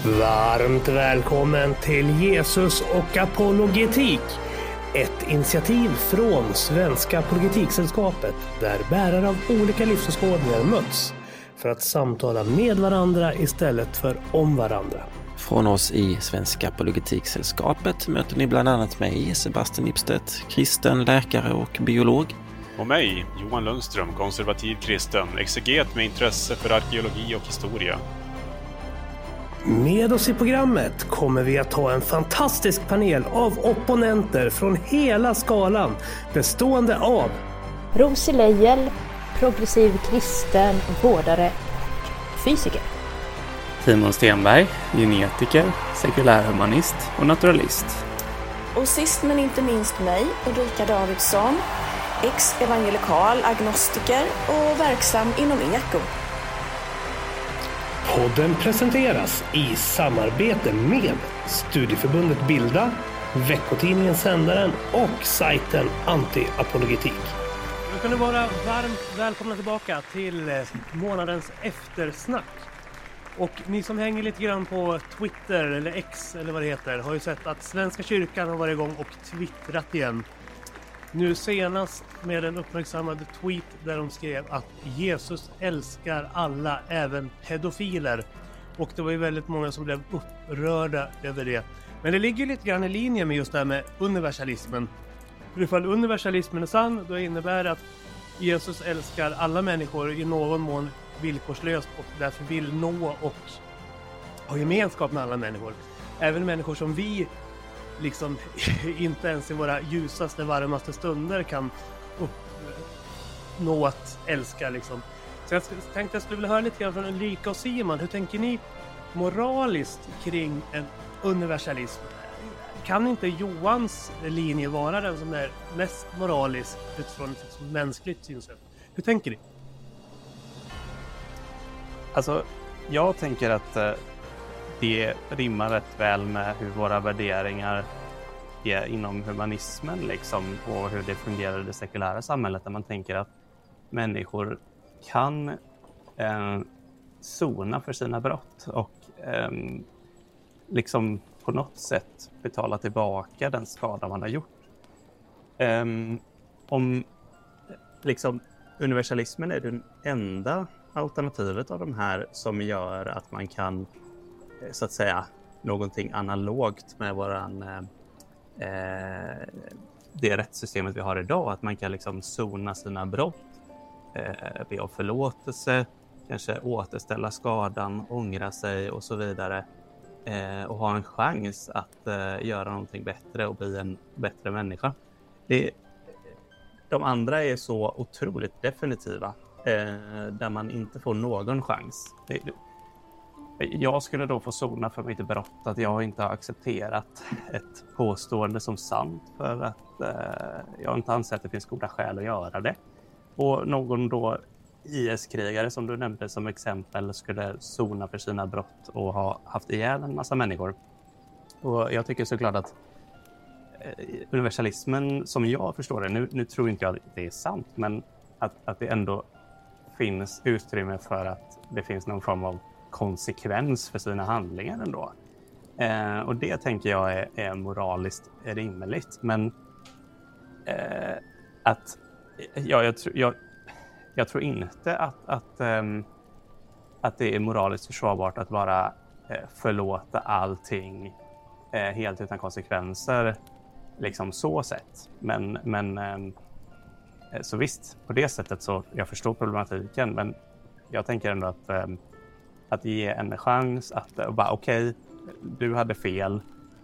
Varmt välkommen till Jesus och apologetik. Ett initiativ från Svenska Apologetiksällskapet där bärare av olika livsåskådningar möts för att samtala med varandra istället för om varandra. Från oss i Svenska Apologetiksällskapet möter ni bland annat mig, Sebastian Ipstedt, kristen, läkare och biolog. Och mig, Johan Lundström, konservativ kristen, exeget med intresse för arkeologi och historia. Med oss i programmet kommer vi att ha en fantastisk panel av opponenter från hela skalan bestående av Rosie Leijel, progressiv kristen, vårdare och fysiker. Timon Stenberg, genetiker, sekulärhumanist och naturalist. Och sist men inte minst mig, Ulrika Davidsson, ex-evangelikal agnostiker och verksam inom eko. Podden presenteras i samarbete med Studieförbundet Bilda, veckotidningen Sändaren och sajten Anti-apologetik. Nu kan du vara varmt välkomna tillbaka till månadens eftersnack. Och ni som hänger lite grann på Twitter eller X eller vad det heter har ju sett att Svenska kyrkan har varit igång och twittrat igen. Nu senast med en uppmärksammad tweet där de skrev att Jesus älskar alla, även pedofiler. Och det var ju väldigt många som blev upprörda över det. Men det ligger lite grann i linje med just det här med universalismen. För ifall universalismen är sann, då innebär det att Jesus älskar alla människor i någon mån villkorslöst och därför vill nå och ha gemenskap med alla människor. Även människor som vi liksom inte ens i våra ljusaste, varmaste stunder kan nå att älska liksom. Så jag tänkte att jag skulle vilja höra lite grann från Ulrika och Simon. Hur tänker ni moraliskt kring en universalism? Kan inte Johans linje vara den som är mest moralisk utifrån ett mänskligt synsätt? Hur tänker ni? Alltså, jag tänker att det rimmar rätt väl med hur våra värderingar är inom humanismen liksom, och hur det fungerar i det sekulära samhället, där man tänker att människor kan sona för sina brott och liksom på något sätt betala tillbaka den skada man har gjort. Om liksom universalismen är den enda alternativet av de här som gör att man kan så att säga någonting analogt med det rättssystemet vi har idag, att man kan liksom sona sina brott, be om förlåtelse, kanske återställa skadan, ångra sig och så vidare, och ha en chans att göra någonting bättre och bli en bättre människa. De andra är så otroligt definitiva, där man inte får någon chans. Jag skulle då få sona för mitt brott att jag inte har accepterat ett påstående som sant för att jag inte anser att det finns goda skäl att göra det. Och någon då IS-krigare som du nämnde som exempel skulle sona för sina brott och ha haft ihjäl en massa människor. Och jag tycker såklart att universalismen, som jag förstår det, nu tror inte jag att det är sant, men att det ändå finns utrymme för att det finns någon form av konsekvens för sina handlingar ändå. Och det tänker jag är moraliskt rimligt. Men jag tror inte att det är moraliskt försvarbart att bara förlåta allting helt utan konsekvenser, liksom så sett. Men så visst, på det sättet så jag förstår problematiken, men jag tänker ändå att ge en chans att bara okej, du hade fel,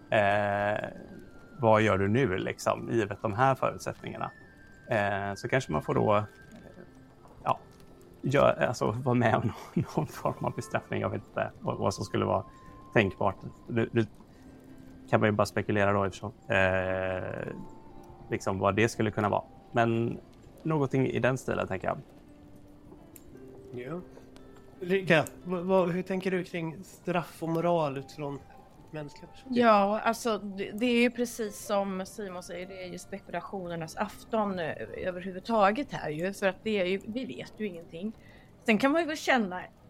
vad gör du nu liksom, givet de här förutsättningarna, så kanske man får då vara med om någon form av bestraffning. Jag vet inte vad som skulle vara tänkbart. Du kan man ju bara spekulera då eftersom liksom vad det skulle kunna vara, men någonting i den stilen tänker jag. Ja. Rika, hur tänker du kring straff och moral utifrån mänskliga perspektiv? Ja, alltså det är ju precis som Simon säger, det är ju spekulationernas afton överhuvudtaget här ju, för att det är ju, vi vet ju ingenting. Sen kan man ju väl känna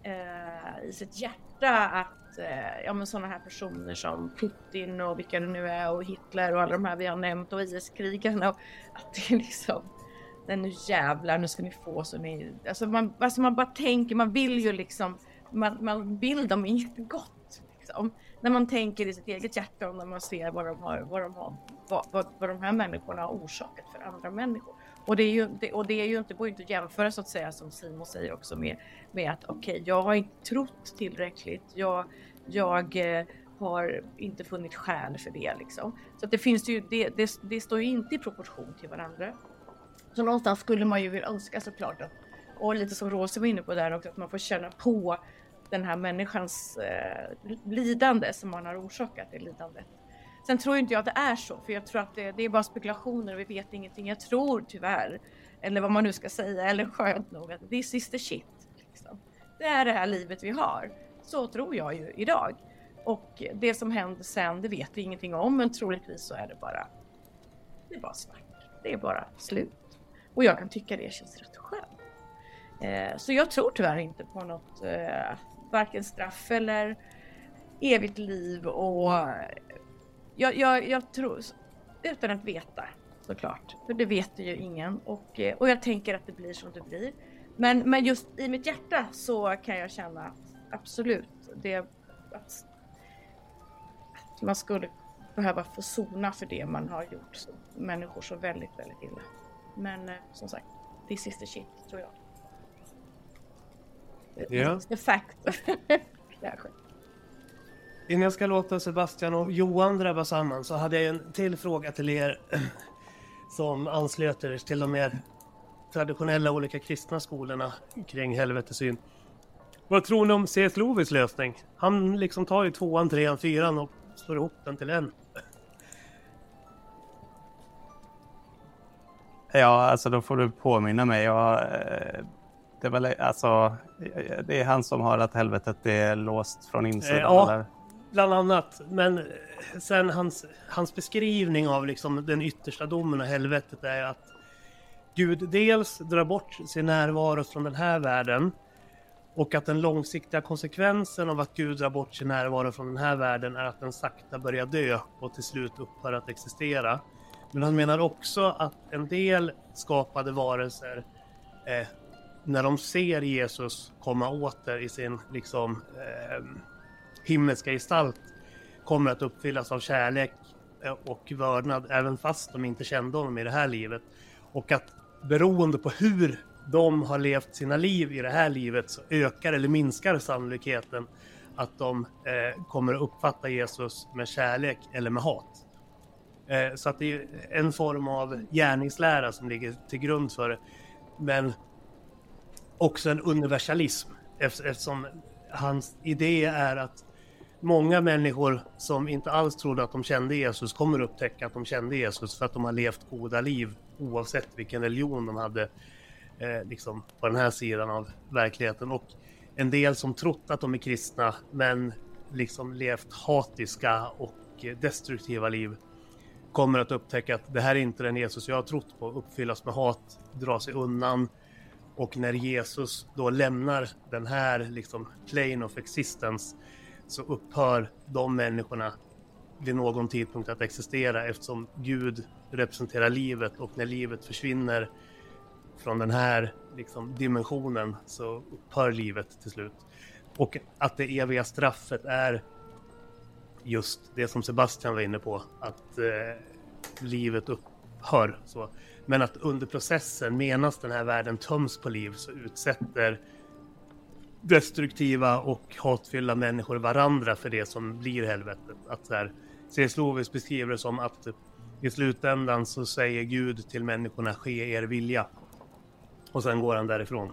i sitt hjärta att men sådana här personer som Putin och vilka det nu är och Hitler och alla de här vi har nämnt och IS-krigarna, och att det är liksom nu jävlar, nu ska ni få så ni, alltså man bara tänker, man vill ju liksom man vill dem inget gott liksom. När man tänker i sitt eget hjärta och när man ser vad de här människorna har orsakat för andra människor. Och det är ju inte, går inte att jämföra så att säga, som Simon säger också, med att okej, jag har inte trott tillräckligt. Jag har inte funnit skäl för det liksom. Så att det finns ju, det står ju inte i proportion till varandra. Så någonstans skulle man ju vilja önska såklart att, och lite som Rosa var inne på där också, att man får känna på den här människans lidande som man har orsakat, det lidandet. Sen tror inte jag att det är så, för jag tror att det är bara spekulationer och vi vet ingenting. Jag tror tyvärr, eller vad man nu ska säga, eller skönt nog, att this is the shit. Liksom. Det är det här livet vi har. Så tror jag ju idag. Och det som händer sen, det vet vi ingenting om, men troligtvis så är det bara svart. Det är bara slut. Och jag kan tycka det känns rätt skönt. Så jag tror tyvärr inte på något, varken straff eller evigt liv, och jag tror, utan att veta såklart, för det vet ju ingen, och jag tänker att det blir som det blir, men just i mitt hjärta så kan jag känna absolut det, att man skulle behöva få sona för det man har gjort så, människor så väldigt, väldigt illa. Men som sagt, this is the shit, tror jag. Ja. The fact. Kanske. Innan jag ska låta Sebastian och Johan drabba samman så hade jag en till fråga till er som anslöt er till de mer traditionella olika kristna skolorna kring helvetesyn. Vad tror ni om C.S. Lewis lösning? Han liksom tar ju 2:an, 3:an, 4:an och slår ihop den till en. Ja, alltså då får du påminna mig. Det är han som har att helvetet är låst från insidan, ja, eller? Bland annat. Men sen hans beskrivning av liksom den yttersta domen och helvetet är att Gud dels drar bort sin närvaro från den här världen, och att den långsiktiga konsekvensen av att Gud drar bort sin närvaro från den här världen är att den sakta börjar dö och till slut upphör att existera. Men han menar också att en del skapade varelser när de ser Jesus komma åter i sin liksom himmelska gestalt kommer att uppfyllas av kärlek och vördnad även fast de inte kände honom i det här livet. Och att beroende på hur de har levt sina liv i det här livet så ökar eller minskar sannolikheten att de kommer att uppfatta Jesus med kärlek eller med hat. Så att det är en form av gärningslära som ligger till grund för det. Men också en universalism, eftersom hans idé är att många människor som inte alls trodde att de kände Jesus kommer upptäcka att de kände Jesus för att de har levt goda liv oavsett vilken religion de hade liksom på den här sidan av verkligheten. Och en del som trott att de är kristna men liksom levt hatiska och destruktiva liv kommer att upptäcka att det här är inte den Jesus jag har trott på, uppfyllas med hat, dra sig undan. Och när Jesus då lämnar den här liksom plane of existence så upphör de människorna vid någon tidpunkt att existera, eftersom Gud representerar livet, och när livet försvinner från den här liksom dimensionen så upphör livet till slut. Och att det eviga straffet är just det som Sebastian var inne på, att livet upphör så. Men att under processen, medan den här världen töms på liv, så utsätter destruktiva och hatfyllda människor varandra för det som blir helvetet. Att så här, C.S. Lewis beskriver det som att i slutändan så säger Gud till människorna, ske er vilja. Och sen går han därifrån.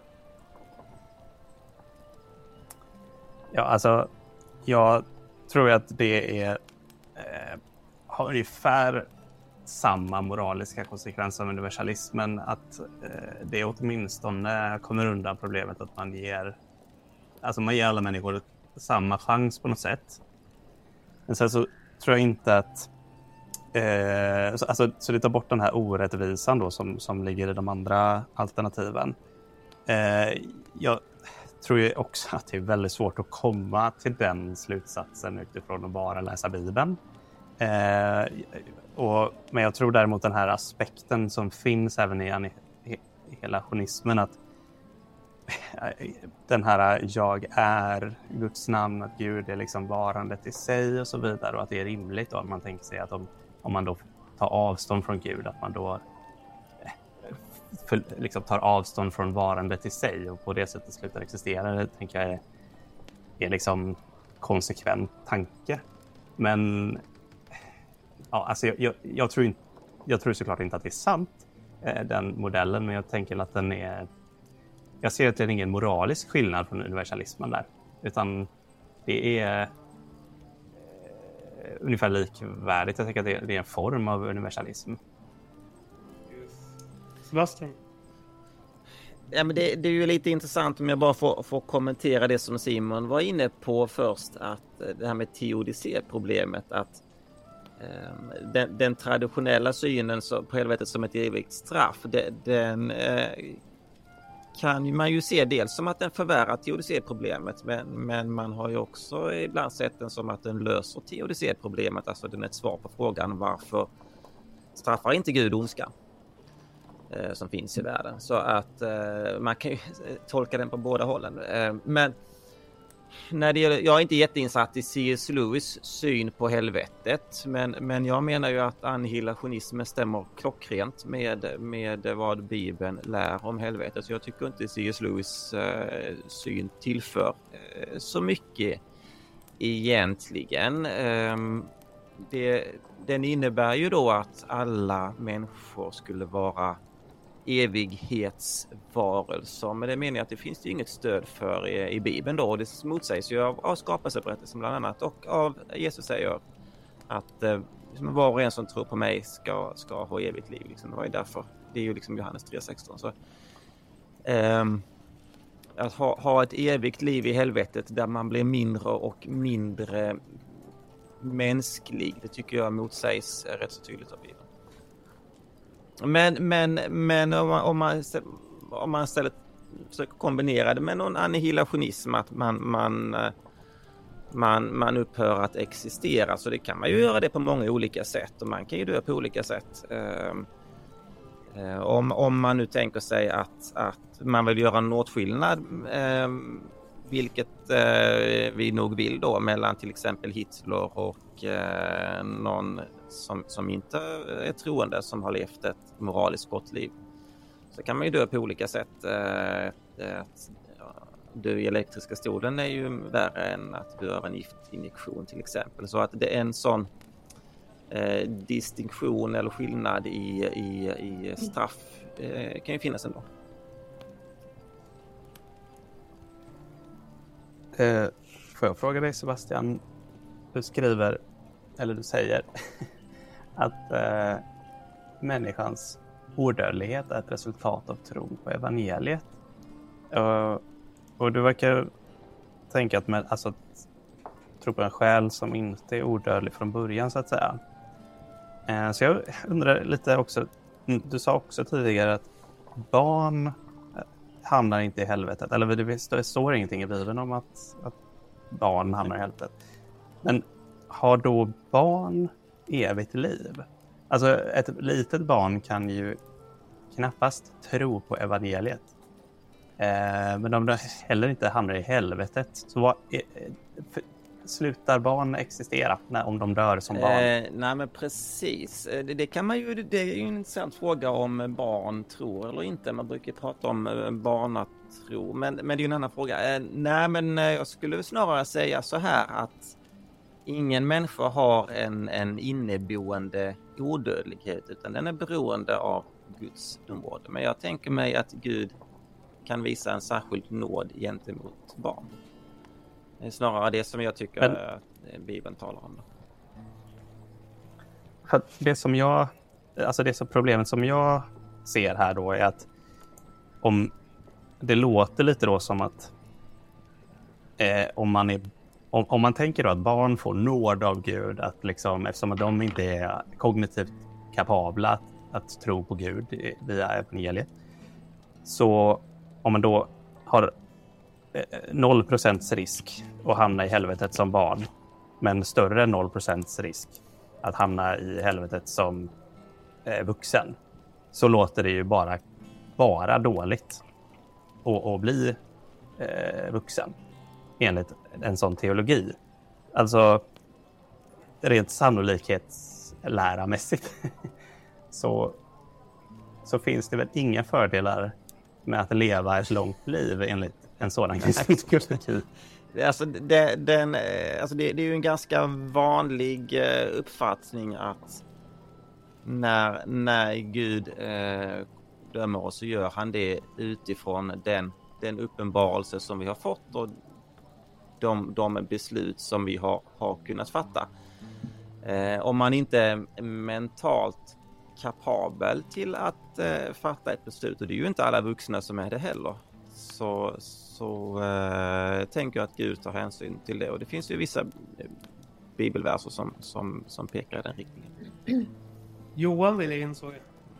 Ja, alltså jag tror att det är har ungefär samma moraliska konsekvens som universalismen, att det åtminstone kommer undan problemet att man ger alla människor samma chans på något sätt. Men sen så tror jag inte att så det tar bort den här orättvisan då som ligger i de andra alternativen. Jag tror ju också att det är väldigt svårt att komma till den slutsatsen utifrån att bara läsa Bibeln. Men jag tror däremot den här aspekten som finns även i annihilationismen, att den här jag är Guds namn, att Gud är liksom varandet i sig och så vidare, och att det är rimligt då, om man tänker sig att om man då tar avstånd från Gud, att man då liksom tar avstånd från varandet i sig och på det sättet slutar existera. Det tänker jag är liksom konsekvent tanke. Men ja, alltså jag tror såklart inte att det är sant, den modellen, men jag tänker att jag ser att det är ingen moralisk skillnad från universalismen där, utan det är ungefär likvärdigt. Jag tänker att det är en form av universalism. Sebastian? Ja, men det är ju lite intressant om jag bara får kommentera det som Simon var inne på först, att det här med teodicé-problemet, att den traditionella synen på helvetet som ett evigt straff, den kan man ju se dels som att den förvärrar teodicé-problemet, men man har ju också ibland sett den som att den löser teodicé-problemet, alltså den är ett svar på frågan varför straffar inte Gud ondskan som finns i världen. Så att man kan ju tolka den på båda hållen. Men när det gäller, jag är inte jätteinsatt i C.S. Lewis syn på helvetet, men jag menar ju att annihilationismen stämmer klockrent med vad Bibeln lär om helvetet. Så jag tycker inte C.S. Lewis syn tillför så mycket egentligen. Den innebär ju då att alla människor skulle vara evighetsvarelser, men det menar jag att det finns ju inget stöd för i Bibeln då, och det motsägs ju av skapelseberättelsen bland annat, och av Jesus säger att var och en som tror på mig ska ha evigt liv liksom. Det var ju därför, det är ju liksom Johannes 3:16, så att ha ett evigt liv i helvetet där man blir mindre och mindre mänsklig, det tycker jag motsägs rätt så tydligt av Bibeln. Men om man istället försöker kombinera det med någon annihilationism, att man upphör att existera, så det kan man ju göra det på många olika sätt, och man kan ju dö på olika sätt. Om man nu tänker sig att man vill göra en åtskillnad, vilket vi nog vill då, mellan till exempel Hitler och någon som inte är troende, som har levt ett moraliskt gott liv, så kan man ju dö på olika sätt. Dö i elektriska stolen är ju värre än att göra en giftinjektion till exempel. Så att det är en sån distinktion eller skillnad i straff kan ju finnas ändå. Får jag fråga dig, Sebastian? Du säger att människans odödlighet är ett resultat av tron på evangeliet. Och du verkar tänka att tro på en själ som inte är odödlig från början, så att säga. Så jag undrar lite också, du sa också tidigare att barn hamnar inte i helvetet. Eller det står ingenting i Bibeln om att barn hamnar i helvetet. Men har då barn evigt liv? Alltså ett litet barn kan ju knappast tro på evangeliet. Men om de heller inte hamnar i helvetet, så slutar barn existera om de dör som barn? Nej, men precis. Det kan man ju, det är ju en intressant fråga om barn tror eller inte. Man brukar prata om barnatro, men det är ju en annan fråga. Nej, men jag skulle snarare säga så här, att ingen människa har en inneboende odödlighet, utan den är beroende av Guds nåd. Men jag tänker mig att Gud kan visa en särskild nåd gentemot barn. Det är snarare det som jag tycker att Bibeln talar om. För problemet som jag ser här då är att om det låter lite då som att om man tänker då att barn får nåd av Gud, att liksom, eftersom de inte är kognitivt kapabla att tro på Gud via evangeliet, så om man då har 0% risk att hamna i helvetet som barn, men större än 0% risk att hamna i helvetet som vuxen, så låter det ju bara dåligt att bli vuxen enligt en sån teologi. Alltså rent sannolikhetsläramässigt så finns det väl inga fördelar med att leva ett långt liv enligt en sådan kristen teologi. Alltså det är ju en ganska vanlig uppfattning att när Gud dömer oss, så gör han det utifrån den uppenbarelse som vi har fått och de beslut som vi har kunnat fatta. Om man inte är mentalt kapabel till att fatta ett beslut, och det är ju inte alla vuxna som är det heller, så tänker jag att Gud tar hänsyn till det. Och det finns ju vissa bibelverser som pekar i den riktningen. Johan vill insåg.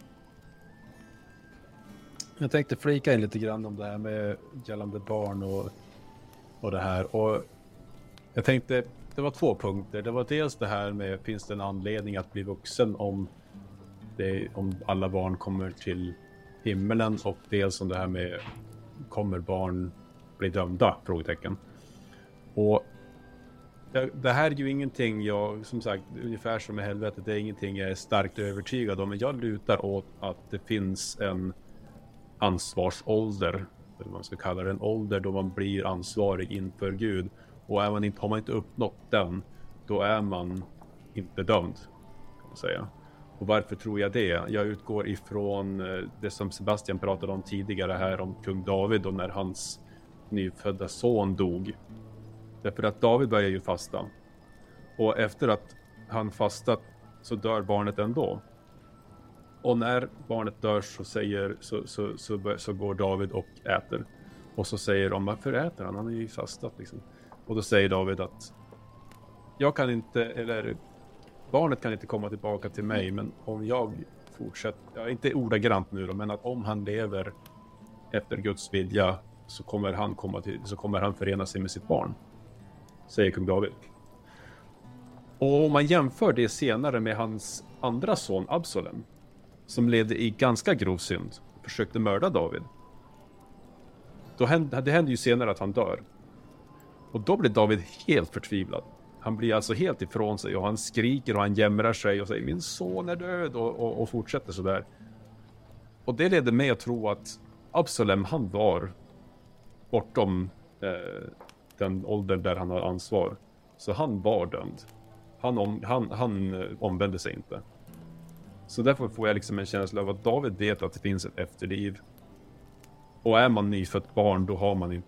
Jag tänkte flika in lite grann om det här med gällande barn och det här. Och jag tänkte, det var 2 punkter. Det var dels det här med, finns det en anledning att bli vuxen om alla barn kommer till himmelen, och dels om det här med, kommer barn bli dömda? Frågetecken. Och det här är ju ingenting jag, som sagt, ungefär som i helvetet, det är ingenting jag är starkt övertygad om, men jag lutar åt att det finns en ansvarsålder, eller vad man ska kalla det, en ålder då man blir ansvarig inför Gud, och har man inte uppnått den, då är man inte dömd, kan man säga. Och varför tror jag det? Jag utgår ifrån det som Sebastian pratade om tidigare här, om kung David och när hans nyfödda son dog. Därför att David börjar ju fasta. Och efter att han fastat så dör barnet ändå. Och när barnet dör så går David och äter. Och så säger de, varför äter han? Han är ju fastat liksom. Och då säger David att barnet kan inte komma tillbaka till mig, men om jag fortsätter, inte ordagrant nu då, men att om han lever efter Guds vilja så kommer han förena sig med sitt barn, säger kung David. Och om man jämför det senare med hans andra son Absalom, som levde i ganska grov synd och försökte mörda David, det händer ju senare att han dör. Och då blir David helt förtvivlad. Han blir alltså helt ifrån sig och han skriker och han jämrar sig och säger, min son är död, och fortsätter sådär. Och det leder mig att tro att Absalom, han var bortom den åldern där han har ansvar. Så han var dömd. Han omvände sig inte. Så därför får jag liksom en känsla av att David vet att det finns ett efterliv. Och är man nyfött barn, då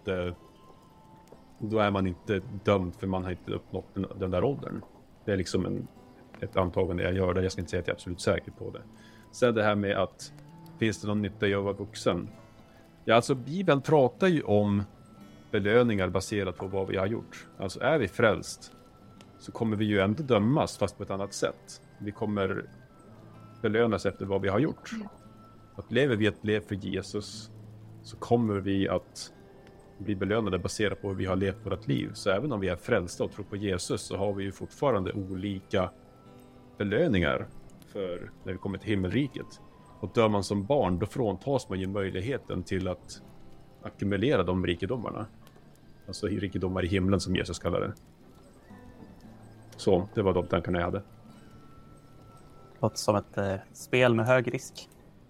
är man inte dömd, för man har inte uppnått den där åldern. Det är liksom ett antagande jag gör där. Jag ska inte säga att jag är absolut säker på det. Sen det här med att finns det någon nytta i att vara vuxen? Ja, alltså Bibeln pratar ju om belöningar baserat på vad vi har gjort. Alltså är vi frälst så kommer vi ju ändå dömas, fast på ett annat sätt. Vi kommer belönas efter vad vi har gjort. Att lever vi ett liv för Jesus så kommer vi att bli belönade baserat på hur vi har levt vårt liv. Så även om vi är frälsta och tror på Jesus så har vi ju fortfarande olika belöningar för när vi kommer till himmelriket. Och dör man som barn, då fråntas man ju möjligheten till att ackumulera de rikedomarna. Alltså rikedomar i himlen som Jesus kallar det. Så, det var de tankarna jag hade. Låter som ett spel med hög risk.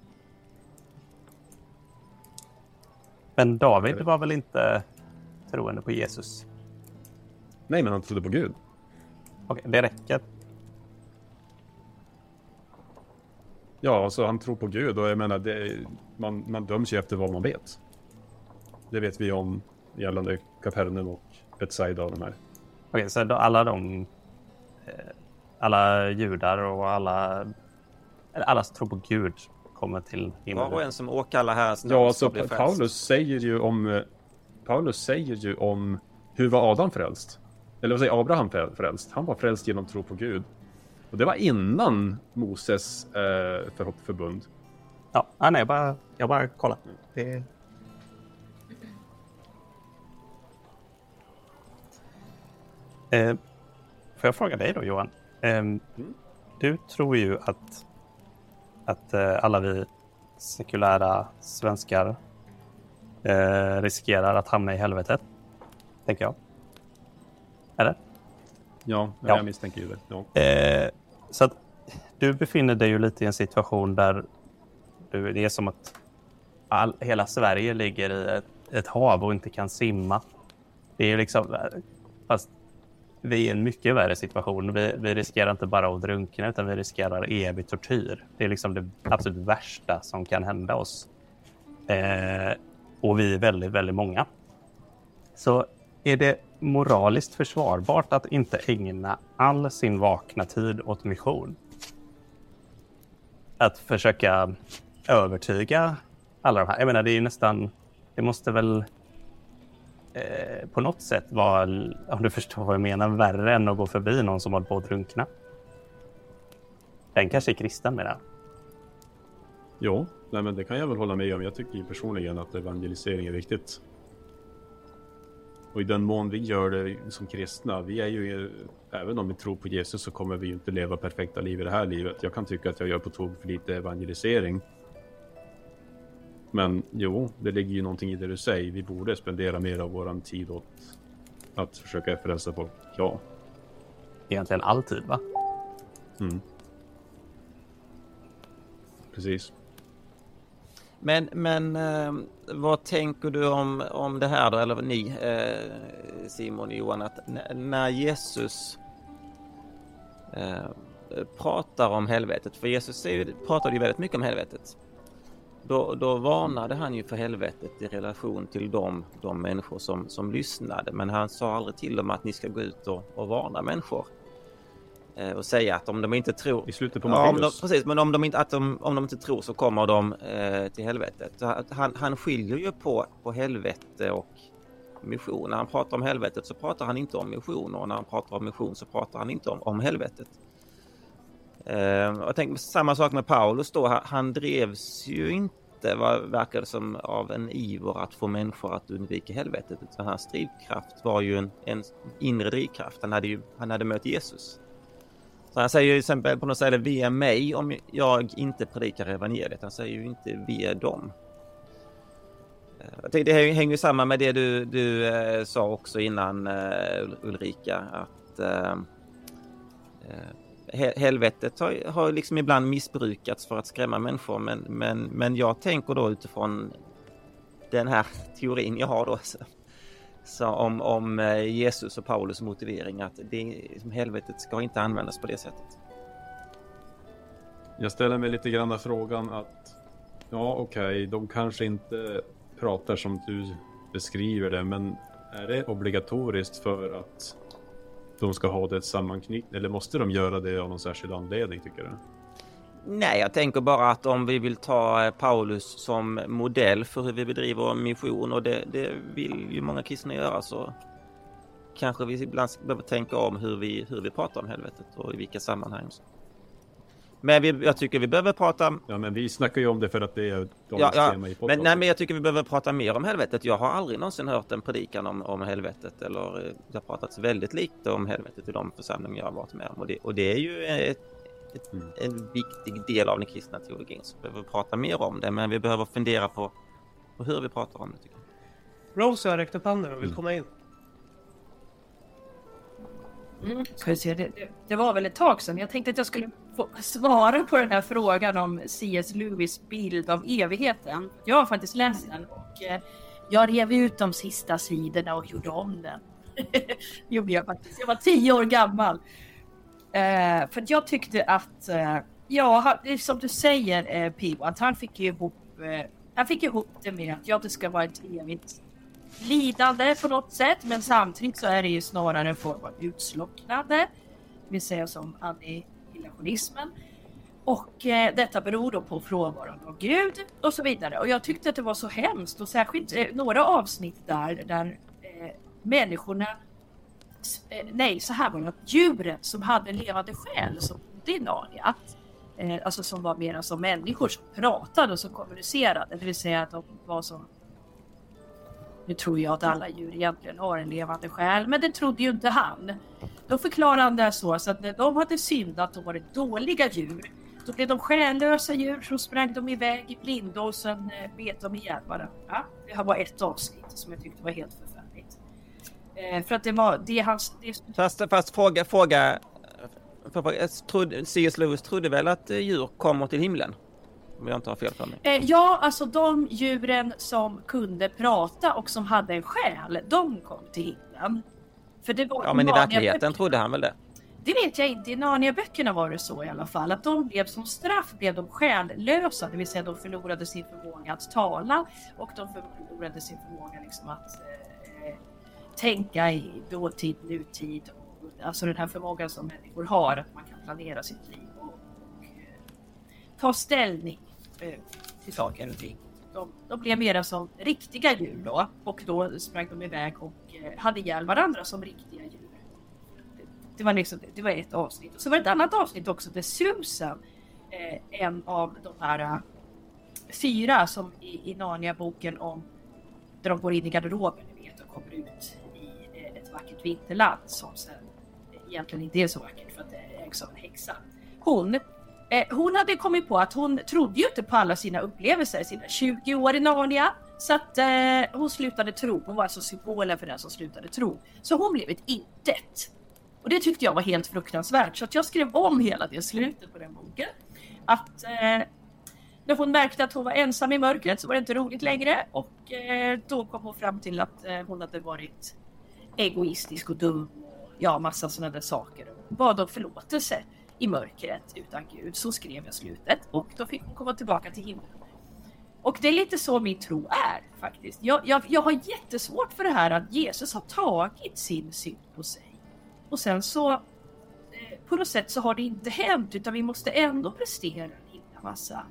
Men David var väl inte troende på Jesus? Nej, men han trodde på Gud. Okej, det räcker. Ja, alltså han tror på Gud, och jag menar, man döms ju efter vad man vet. Det vet vi om gällande Kapernaum och Betsaida och de här. Okej, så alla judar och alla som tror på Gud kommer till himlen. Var och en som åkallar Herrens namn. Ja, alltså Paulus säger ju om hur var Adam frälst? Eller vad säger Abraham frälst? Han var frälst genom tro på Gud. Och det var innan Moses förbund. Ja, nej, jag bara kollar. Får jag fråga dig då, Johan? Du tror ju att alla vi sekulära svenskar riskerar att hamna i helvetet, tänker jag. Eller? Ja, jag misstänker ju det. Ja. Så att du befinner dig ju lite i en situation där det är som att hela Sverige ligger i ett hav och inte kan simma. Det är liksom, fast vi är i en mycket värre situation. Vi riskerar inte bara att drunkna, utan vi riskerar evig tortyr. Det är liksom det absolut värsta som kan hända oss. Och vi är väldigt, väldigt många. Så är det moraliskt försvarbart att inte ägna all sin vakna tid åt mission? Att försöka övertyga alla de här. Jag menar, det är ju nästan, det måste väl på något sätt vara, om du förstår vad jag menar, värre än att gå förbi någon som håller på att drunkna. Den kanske är kristen med det. Jo, nej, men det kan jag väl hålla med om. Jag tycker ju personligen att evangelisering är viktigt. Och i den mån vi gör det som kristna, vi är ju, även om vi tror på Jesus så kommer vi ju inte leva perfekta liv i det här livet. Jag kan tycka att jag gör på tok för lite evangelisering. Men jo, det ligger ju någonting i det du säger. Vi borde spendera mer av våran tid åt att försöka frälsa folk. Ja. Egentligen alltid, va? Precis. Men vad tänker du om det här då, eller ni, Simon och Johan, att när Jesus pratar om helvetet, för Jesus pratade ju väldigt mycket om helvetet, då varnade han ju för helvetet i relation till de människor som lyssnade, men han sa aldrig till dem att ni ska gå ut och varna människor och säga att om de inte tror i slutet på Matteus. Precis, men om de inte tror så kommer de till helvetet. Så han skiljer ju på helvete och mission. När han pratar om helvetet så pratar han inte om mission, och när han pratar om mission så pratar han inte om helvetet. Jag tänker samma sak med Paulus då. Han drevs ju inte, verkar det som, av en iver att få människor att undvika helvetet, utan hans drivkraft var ju en inre drivkraft. Han hade mött Jesus. Så han säger ju till exempel på något sätt, vi är mig om jag inte predikar evangeliet. Han säger ju inte vi är dem. Jag tänkte, det hänger ju samman med det du sa också innan, Ulrika, att helvetet har liksom ibland missbrukats för att skrämma människor, men jag tänker då utifrån den här teorin jag har då, så om Jesus och Paulus motivering, att helvetet ska inte användas på det sättet. Jag ställer mig lite grann frågan att okej, de kanske inte pratar som du beskriver det, men är det obligatoriskt för att de ska ha det sammanknytt, eller måste de göra det av någon särskild anledning, tycker du? Nej, jag tänker bara att om vi vill ta Paulus som modell för hur vi bedriver mission, och det vill ju många kristna göra, så kanske vi ibland behöver tänka om hur vi pratar om helvetet och i vilka sammanhang. Men jag tycker vi behöver prata... Ja, men vi snackar ju om det för att det är tema i podden. Men jag tycker vi behöver prata mer om helvetet. Jag har aldrig någonsin hört en predikan om helvetet, eller det har pratats väldigt lite om helvetet i de församlingar jag har varit med om. Och det är ju en viktig del av den kristna teologin, så vi behöver prata mer om det, men vi behöver fundera på hur vi pratar om det, tycker jag. Rose har räckt upp handen och vill komma in. Ska vi se, det var väl ett tag sedan. Jag tänkte att jag skulle få svara på den här frågan om C.S. Lewis bild av evigheten. Jag har faktiskt läst den, och jag rev ut de sista sidorna och gjorde om den. Gjorde jag faktiskt. Jag var 10 år gammal. För jag tyckte att som du säger, Pio, att han fick ihop det med att det ska vara ett evigt lidande på något sätt, men samtidigt så är det ju snarare en form av utslocknande, det vill säga som annihilationismen, och detta beror då på frånvaron av Gud och så vidare. Och jag tyckte att det var så hemskt, och särskilt några avsnitt där människorna så här var det, djuren som hade en levande själ som Narnia, alltså som var mer som människor som pratade och som kommunicerade, det vill säga att de var som Nu tror jag att alla djur egentligen har en levande själ, men det trodde ju inte han. Då förklarade han det så att när de hade syndat och varit dåliga djur, då blev de själlösa djur, så sprang de iväg i blindo och sen bet de ihjäl varandra. Det här var ett avsnitt som jag tyckte var helt förfärligt. För att det var det hans... Fast fråga. C.S. Lewis trodde väl att djur kommer till himlen? Om jag inte har fel för mig. Ja, alltså de djuren som kunde prata och som hade en själ, de kom till himlen. För det var men i verkligheten trodde han väl det? Det vet jag inte. I Narnia-böckerna var det så i alla fall. Att de blev som straff blev de själlösa. Det vill säga de förlorade sin förmåga att tala. Och de förlorade sin förmåga liksom att tänka i dåtid, nutid. Alltså den här förmågan som människor har. Att man kan planera sitt liv och ta ställning till saker och ting. De blev mera som riktiga djur då. Och då sprang de iväg och hade ihjäl varandra som riktiga djur. Det var ett avsnitt. Och så var det ett annat avsnitt också där Susan, en av de här 4 som i Narnia-boken om där de går in i garderoben, ni vet, och kommer ut i ett vackert vinterland som sen egentligen inte är så vackert för att det är också en häxa. Hon hade kommit på att hon trodde ju inte på alla sina upplevelser sina 20 år i Narnia. Så att hon slutade tro. Hon var alltså symbolen för den som slutade tro. Så hon blev ett intet. Och det tyckte jag var helt fruktansvärt. Så att jag skrev om hela det slutet på den boken. Att när hon märkte att hon var ensam i mörkret så var det inte roligt längre. Och då kom hon fram till att hon hade varit egoistisk och dum. Ja, massa sådana där saker. Bad om förlåtelse i mörkret utan Gud. Så skrev jag slutet. Och då fick hon komma tillbaka till himlen. Och det är lite så min tro är faktiskt. Jag har jättesvårt för det här att Jesus har tagit sin synd på sig. Och sen så på något sätt så har det inte hänt, utan vi måste ändå prestera en himla massa.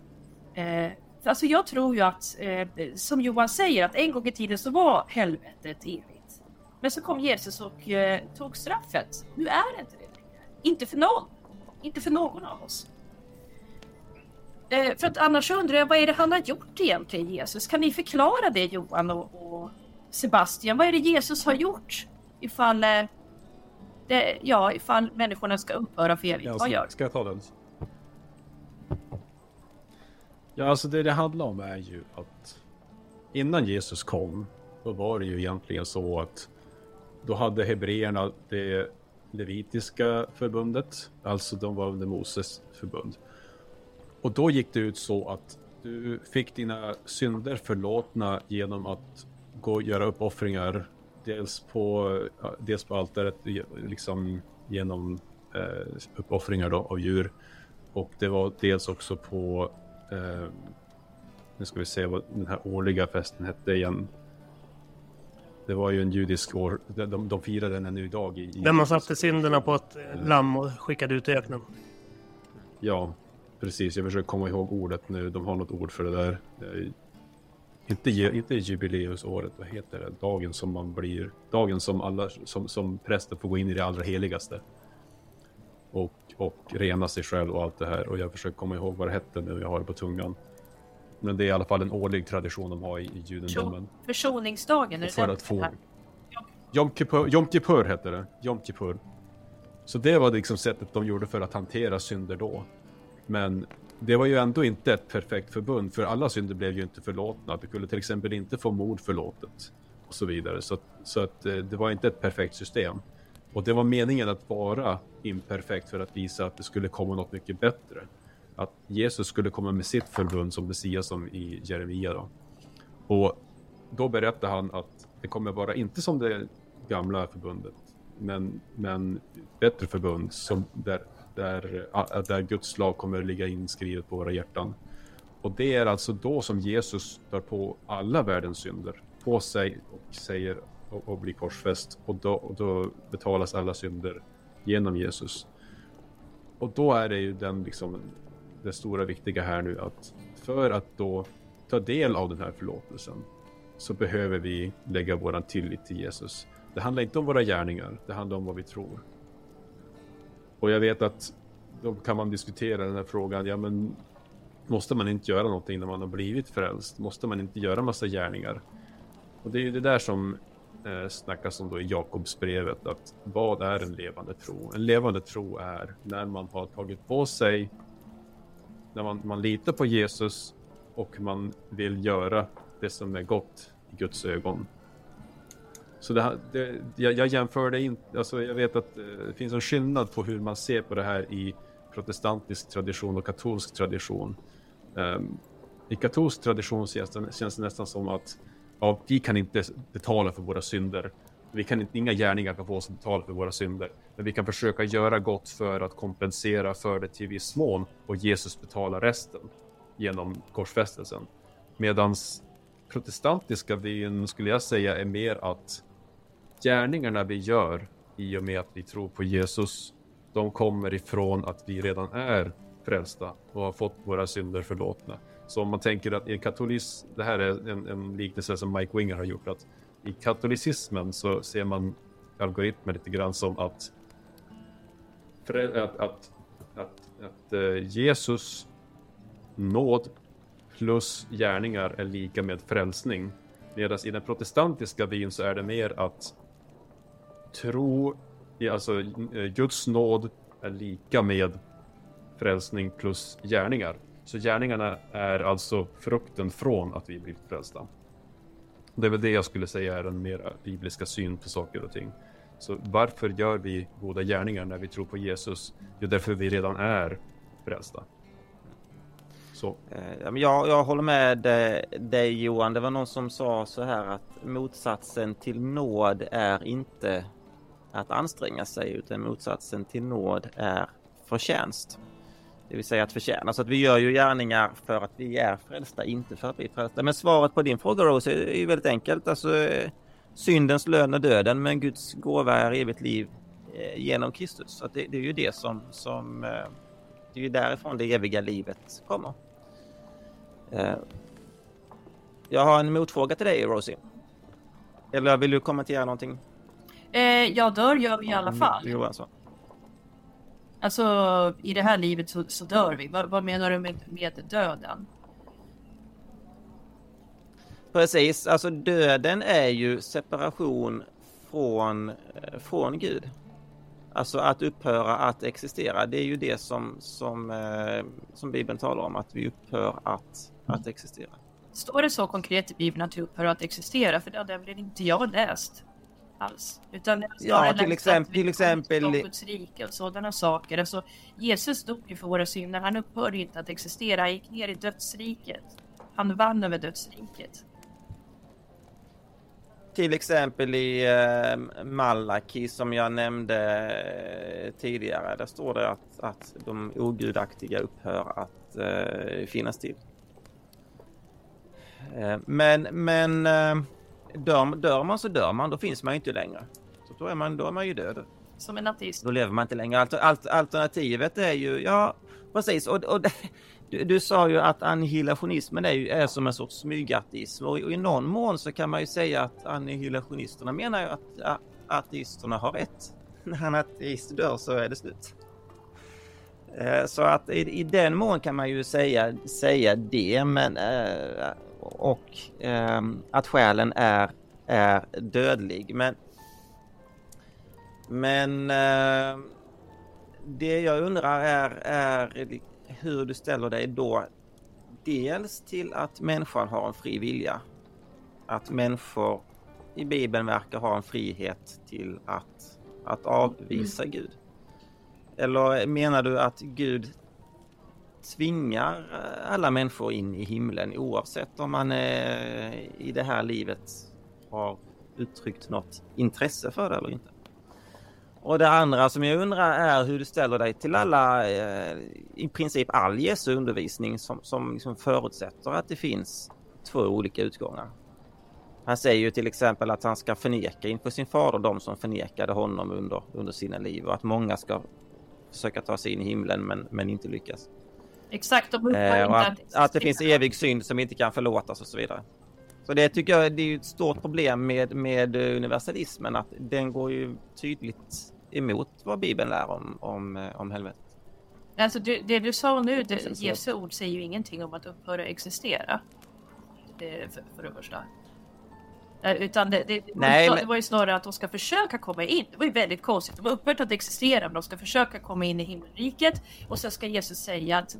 Alltså jag tror ju att, som Johan säger, att en gång i tiden så var helvetet evigt. Men så kom Jesus och tog straffet. Nu är det inte det längre. Inte för någon. Inte för någon av oss. För att annars undrar jag, vad är det han har gjort egentligen, Jesus? Kan ni förklara det, Johan och Sebastian? Vad är det Jesus har gjort ifall människorna ska upphöra för evigt? Vad gör? Ska jag ta den? Ja, alltså det handlar om är ju att innan Jesus kom, då var det ju egentligen så att då hade hebreerna det levitiska förbundet, alltså de var under Moses förbund. Och då gick det ut så att du fick dina synder förlåtna genom att gå och göra uppoffringar dels på altaret, liksom genom uppoffringar då, av djur. Och det var dels också på nu ska vi se vad den här årliga festen hette igen. Det var ju en judisk år, de firade den ännu idag där man satte synderna på ett lamm och skickade ut i öknen. Ja, precis. Jag försöker komma ihåg ordet nu. De har något ord för det där. Inte jubileusåret, vad heter det? Dagen som alla som präster får gå in i det allra heligaste. Och rena sig själv och allt det här. Och jag försöker komma ihåg vad det hette nu. Jag har det på tungan. Men det är i alla fall en årlig tradition de har i judendomen. Försoningsdagen, är det för att få Yom Kippur heter det. Yom Kippur. Så det var liksom sättet de gjorde för att hantera synder då. Men det var ju ändå inte ett perfekt förbund, för alla synder blev ju inte förlåtna. Du kunde till exempel inte få mord förlåtet och så vidare. Så att det var inte ett perfekt system. Och det var meningen att vara imperfekt för att visa att det skulle komma något mycket bättre. Att Jesus skulle komma med sitt förbund som Messias, som i Jeremia då. Och då berättade han att det kommer vara inte som det gamla förbundet, men bättre förbund som där Guds lag kommer ligga inskrivet på våra hjärtan. Och det är alltså då som Jesus tar på alla världens synder på sig och säger och blir korsfäst, och då betalas alla synder genom Jesus. Och då är det ju det stora viktiga här nu, att för att då ta del av den här förlåtelsen så behöver vi lägga våran tillit till Jesus. Det handlar inte om våra gärningar, det handlar om vad vi tror. Och jag vet att då kan man diskutera den här frågan, ja men måste man inte göra någonting när man har blivit frälst? Måste man inte göra massa gärningar? Och det är det där som snackas om då i Jakobsbrevet, att vad är en levande tro? En levande tro är när man har tagit på sig, när man litar på Jesus och man vill göra det som är gott i Guds ögon. Så jag jämför det inte, alltså jag vet att det finns en skillnad på hur man ser på det här i protestantisk tradition och katolsk tradition. I katolsk tradition känns det nästan som att vi kan inte betala för våra synder. Inga gärningar kan få oss att betala för våra synder. Men vi kan försöka göra gott för att kompensera för det till viss mån. Och Jesus betalar resten genom korsfästelsen. Medans protestantiska vyn skulle jag säga är mer att gärningarna vi gör i och med att vi tror på Jesus, de kommer ifrån att vi redan är frälsta och har fått våra synder förlåtna. Så om man tänker att i katolicism, det här är en liknelse som Mike Winger har gjort, att i katolicismen så ser man algoritmer lite grann som att Jesus nåd plus gärningar är lika med frälsning. Medan i den protestantiska vyn så är det mer att tro, alltså Guds nåd är lika med frälsning plus gärningar. Så gärningarna är alltså frukten från att vi blivit frälsta. Det är väl det jag skulle säga är den mer bibliska syn på saker och ting. Så varför gör vi goda gärningar när vi tror på Jesus? Jo, därför vi redan är frälsta. Så. Jag håller med dig, Johan. Det var någon som sa så här att motsatsen till nåd är inte att anstränga sig, utan motsatsen till nåd är förtjänst. Det vill säga att förtjäna. Så att vi gör ju gärningar för att vi är frälsta, inte för att vi är frälsta. Men svaret på din fråga, Rose, är ju väldigt enkelt. Alltså, syndens lön är döden, men Guds gåva är evigt liv genom Kristus. Så att det är ju det som det är ju därifrån det eviga livet kommer. Jag har en motfråga till dig, Rosie. Eller vill du kommentera någonting? Jag dör gör vi i alla fall. Johansson. Alltså, i det här livet så dör vi. Vad menar du med döden? Precis, alltså döden är ju separation från Gud. Alltså att upphöra att existera. Det är ju det som Bibeln talar om, att vi upphör att existera. Står det så konkret i Bibeln att vi upphör att existera? För det har inte jag läst alls. Utan till exempel Guds rike och sådana saker. Alltså, Jesus dog ju för våra synder. Han upphörde inte att existera. Han gick ner i dödsriket. Han vann över dödsriket. Till exempel i Malaki som jag nämnde tidigare. Där står det att de ogudaktiga upphör att finnas till. Men dör man så dör man. Då finns man inte längre. Så då är man ju död. Som en ateist. Då lever man inte längre. Alternativet är ju... Ja, precis. Och du sa ju att annihilationismen är som en sorts smygateism. Och i någon mån så kan man ju säga att annihilationisterna menar ju att ateisterna har rätt. När en ateist dör så är det slut. Så att i den mån kan man ju säga det. Men, att själen är dödlig. Men det jag undrar är hur du ställer dig då dels till att människan har en fri vilja. Att människor i Bibeln verkar ha en frihet till att avvisa Gud. Eller menar du att Gud tvingar alla människor in i himlen oavsett om man i det här livet har uttryckt något intresse för det eller inte? Och det andra som jag undrar är hur du ställer dig till alla, i princip all Jesu undervisning som liksom förutsätter att det finns två olika utgångar. Han säger ju till exempel att han ska förneka inför sin fader de som förnekade honom under sina liv och att många ska försöka ta sig in i himlen men inte lyckas. Exakt, och att det finns evig synd som inte kan förlåtas och så vidare. Så det tycker jag det är ett stort problem med universalismen, att den går ju tydligt emot vad Bibeln lär om helvetet. Alltså det du sa nu, Jesu ord säger ju ingenting om att upphöra existera. För det första. Utan det var ju snarare att de ska försöka komma in. Det var ju väldigt konstigt. De har upphört att existera, men de ska försöka komma in i himmelriket. Och så ska Jesus säga att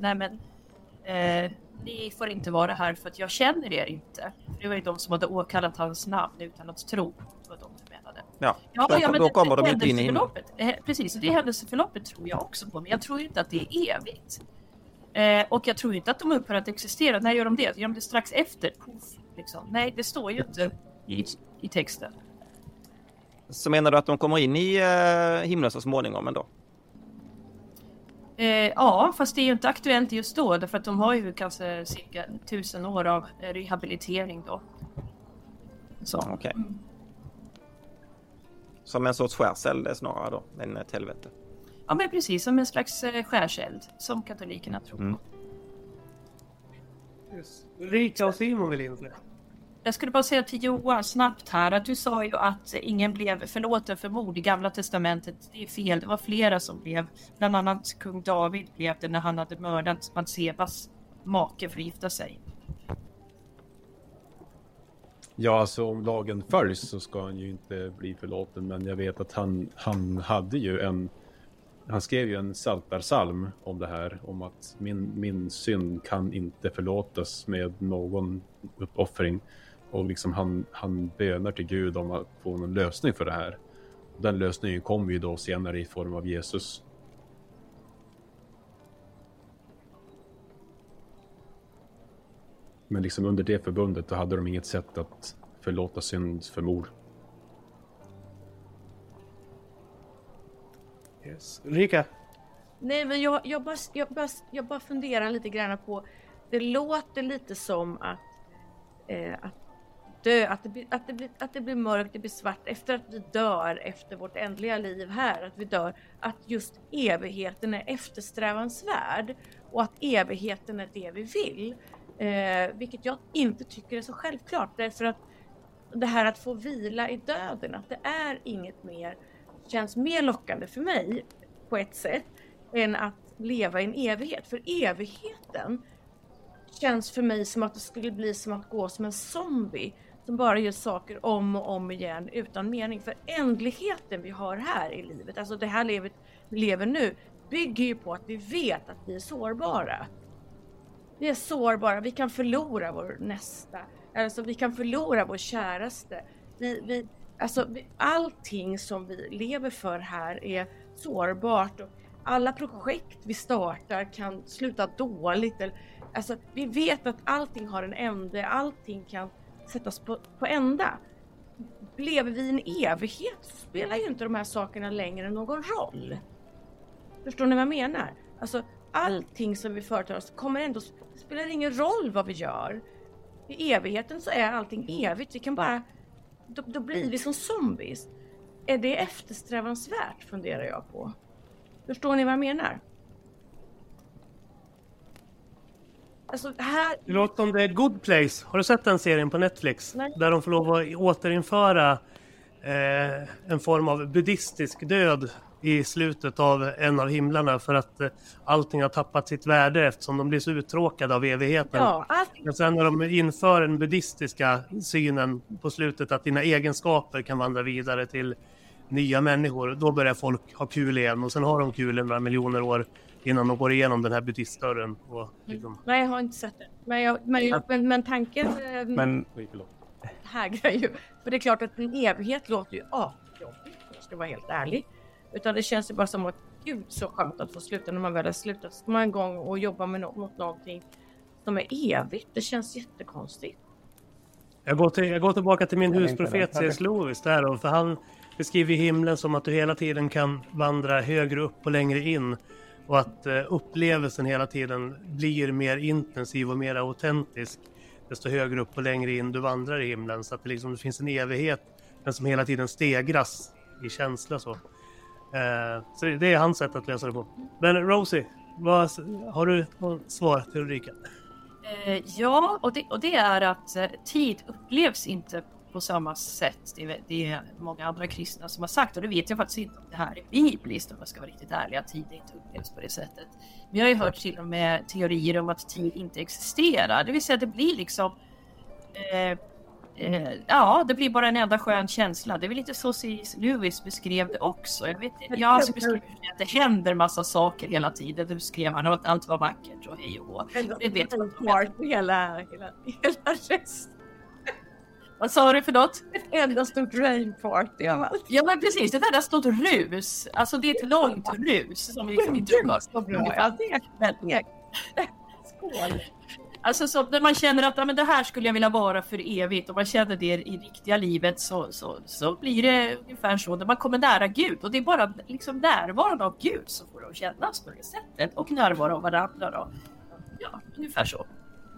ni får inte vara här för att jag känner er inte. Det var ju de som hade åkallat hans namn utan att tro. Det var de som menade. Men då kommer de inte in i himlen. Precis, och det händelseförloppet tror jag också på. Men jag tror inte att det är evigt. Och jag tror inte att de upphör att existera. När gör de det? Gör de det strax efter? Puff, liksom. Nej, det står ju inte i texten. Så menar du att de kommer in i himlen så småningom ändå? Ja, fast det är ju inte aktuellt just då. Därför att de har ju kanske cirka 1000 år av rehabilitering då. Så. Okej. Som en sorts skärseld snarare då, än ett helvete. Ja, men precis, som en slags skärseld. Som katolikerna tror på. Ulrika och Simon vill in. Jag skulle bara säga till Johan snabbt här att du sa ju att ingen blev förlåten för mord i Gamla testamentet. Det är fel, det var flera som blev. Bland annat kung David blev det när han hade mördat Batsebas make för att gifta sig. Ja, alltså om lagen följs så ska han ju inte bli förlåten. Men jag vet att han hade ju han skrev ju en saltarsalm om det här. Om att min synd kan inte förlåtas med någon uppoffring. Och liksom han bönar till Gud om att få en lösning för det här. Och den lösningen kommer ju då senare i form av Jesus. Men liksom under det förbundet då hade de inget sätt att förlåta synd för mord. Yes. Ulrika? Nej, men jag bara funderar lite grann på. Det låter lite som att det blir mörkt, det blir svart efter att vi dör, efter vårt ändliga liv här, att vi dör, att just evigheten är eftersträvansvärd och att evigheten är det vi vill. Vilket jag inte tycker är så självklart, därför att det här att få vila i döden, att det är inget mer, känns mer lockande för mig på ett sätt än att leva i en evighet. För evigheten känns för mig som att det skulle bli som att gå som en zombie som bara gör saker om och om igen utan mening. För ändligheten vi har här i livet, alltså det här livet vi lever nu, bygger ju på att vi vet att vi är sårbara. Vi är sårbara, vi kan förlora vår nästa, alltså vi kan förlora vår käraste. Allting som vi lever för här är sårbart och alla projekt vi startar kan sluta dåligt. Alltså vi vet att allting har en ände, allting kan sättas på ända. Lever vi i en evighet så spelar ju inte de här sakerna längre någon roll. Förstår ni vad jag menar? Alltså allting som vi företar oss kommer ändå, det spelar ingen roll vad vi gör. I evigheten så är allting evigt. Vi kan bara, då blir vi som zombies. Är det eftersträvansvärt, funderar jag på. Förstår ni vad jag menar? Alltså här... Det låter som det är Good Place. Har du sett den serien på Netflix? Nej. Där de får lov att återinföra en form av buddhistisk död i slutet av en av himlarna för att allting har tappat sitt värde eftersom de blir så uttråkade av evigheten. Ja, men sen när de inför den buddhistiska synen på slutet att dina egenskaper kan vandra vidare till nya människor, då börjar folk ha kul igen och sen har de kul några miljoner år innan de går igenom den här buddhistdörren. Och liksom... Nej, jag har inte sett det. Men tanken hägrar ju. För det är klart att en evighet låter ju jobbigt, jag ska vara helt ärlig. Utan det känns ju bara som att gud så skönt att få sluta när man väl har slutat. Så man en gång och jobba med någonting som är evigt. Det känns jättekonstigt. Jag går tillbaka till min husprofet C.S. Lewis där, för han beskriver himlen som att du hela tiden kan vandra högre upp och längre in. Och att upplevelsen hela tiden blir mer intensiv och mer autentisk desto högre upp och längre in du vandrar i himlen. Så att det finns en evighet men som hela tiden stegras i känsla så. Så det är hans sätt att lösa det på. Men Rosie, har du något svar till Ulrika? Ja, och det är att tid upplevs inte på samma sätt. Det är många andra kristna som har sagt, och det vet jag faktiskt inte om det här är bibliskt om jag ska vara riktigt ärlig, att tid inte upplevs på det sättet. Men jag har ju hört till och med teorier om att tid inte existerar. Det vill säga att det blir liksom Ja, det blir bara en enda skön känsla. Det är väl lite så C.S. Lewis beskrev det också. Jag beskrev att det händer massa saker hela tiden. Det beskrev han att allt var vackert och hej och hå. Det vet jag. Hela resten. Vad sa du för något? Ett enda stort rainparty av allt. Ja, men precis. Det där stort rus. Alltså det är ett långt rus som vi inte tror. Skål. Alltså så när man känner att men det här skulle jag vilja vara för evigt och man känner det i riktiga livet så blir det ungefär så när man kommer nära Gud. Och det är bara liksom närvaron av Gud som får att kännas på det sättet. Och närvaro av varandra då. Ja, ungefär så.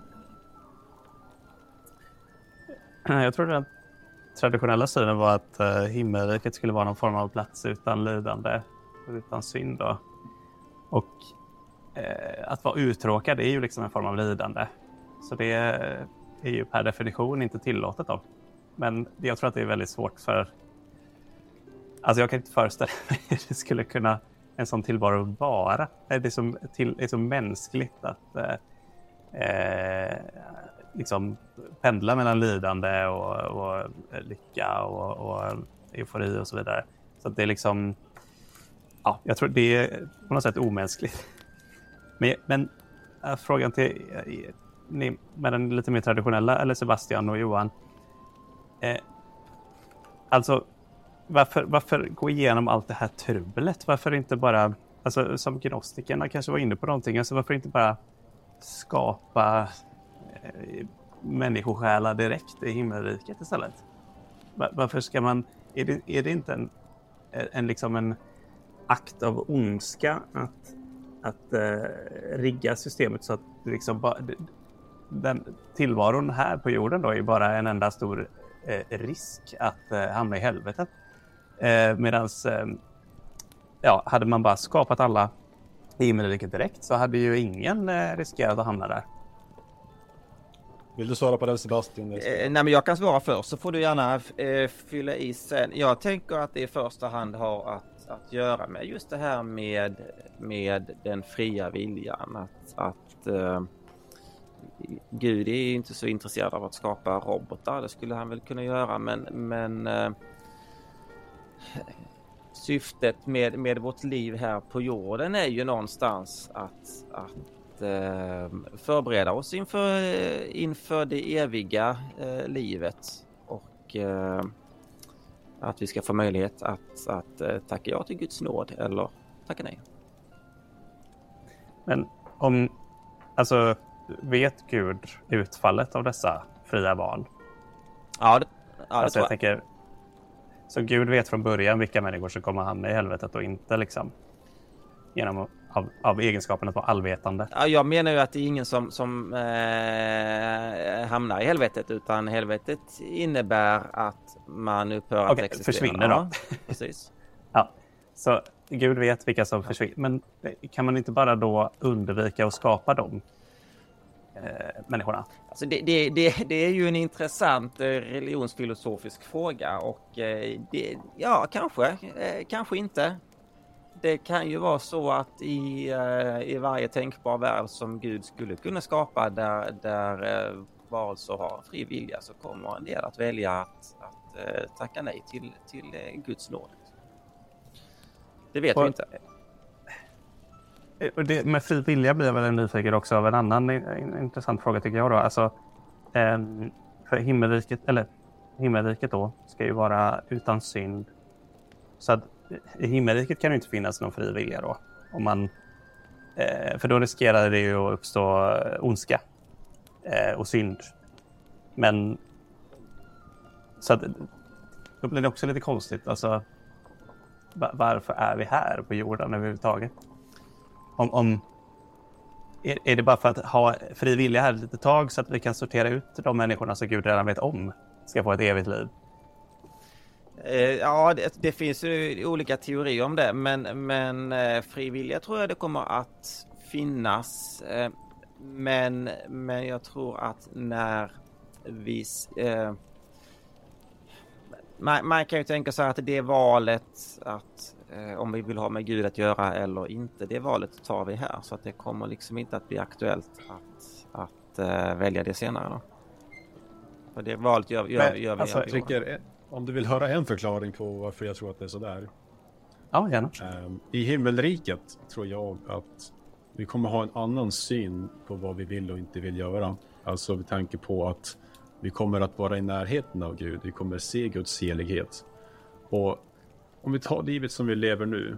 Jag tror den traditionella synen var att himmelriket skulle vara någon form av plats utan lidande och utan synd. Då. Och att vara uttråkad är ju liksom en form av lidande. Så det är ju per definition inte tillåtet då. Men jag tror att det är väldigt svårt för... Alltså jag kan inte föreställa mig hur det skulle kunna en sån tillvaro vara. Det är så mänskligt att liksom pendla mellan lidande och lycka och eufori och så vidare. Så att det är liksom... Ja, jag tror det är på något sätt omänskligt. Men frågan till ni med den lite mer traditionella, eller Sebastian och Johan. Alltså, varför gå igenom allt det här trubblet? Varför inte bara, alltså som gnostikerna kanske var inne på någonting, alltså varför inte bara skapa människosjälar direkt i himmelriket istället? Varför ska man, är det inte en akt av ondska att rigga systemet så att liksom bara, den tillvaron här på jorden då är bara en enda stor risk att hamna i helvetet. Medans hade man bara skapat alla i himmelriket direkt så hade ju ingen riskerat att hamna där. Vill du svara på det, Sebastian? Nej, men jag kan svara först så får du gärna fylla i sen. Jag tänker att det i första hand har att göra med just det här med den fria viljan. Att Gud är inte så intresserad av att skapa robotar. Det skulle han väl kunna göra, men syftet med vårt liv här på jorden är ju någonstans att förbereda oss inför det eviga livet och att vi ska få möjlighet att tacka ja till Guds nåd eller tacka nej. Men vet Gud utfallet av dessa fria val? Ja, det tror jag tänker, så Gud vet från början vilka människor som kommer hamna i helvetet och inte liksom genom av egenskapen att vara allvetande. Ja, jag menar ju att det är ingen som hamnar i helvetet, utan helvetet innebär att man upphör att existera. Försvinner då. Ja, precis. Ja, så Gud vet vilka som försvinner. Men kan man inte bara då undvika att skapa dem människorna? Alltså det är ju en intressant religionsfilosofisk fråga och kanske inte. Det kan ju vara så att i varje tänkbar värld som Gud skulle kunna skapa där varelser har fri vilja, så kommer en del att välja att tacka nej till Guds nåd. Det vet vi inte. Och det, med fri vilja blir jag väl nyfiken också av en annan intressant fråga tycker jag då. Alltså, för himmelriket då ska ju vara utan synd. Så att i himmelriket kan det inte finnas någon fri vilja då. Om man, för då riskerar det ju att uppstå ondska och synd. Men så att, då blir det också lite konstigt. Alltså, varför är vi här på jorden överhuvudtaget? Är det bara för att ha fri vilja här ett litet tag så att vi kan sortera ut de människorna som Gud redan vet om ska få ett evigt liv? Ja, det finns ju olika teorier om det, men frivilliga tror jag det kommer att finnas. Men jag tror att när vi... Man kan ju tänka sig att det valet att om vi vill ha med Gud att göra eller inte, det valet tar vi här, så att det kommer liksom inte att bli aktuellt att välja det senare då. För det valet gör vi. Alltså, jag tycker, om du vill höra en förklaring på varför jag tror att det är sådär. Ja, gärna. I himmelriket tror jag att vi kommer ha en annan syn på vad vi vill och inte vill göra. Alltså med tanke på att vi kommer att vara i närheten av Gud. Vi kommer se Guds helighet. Och om vi tar livet som vi lever nu.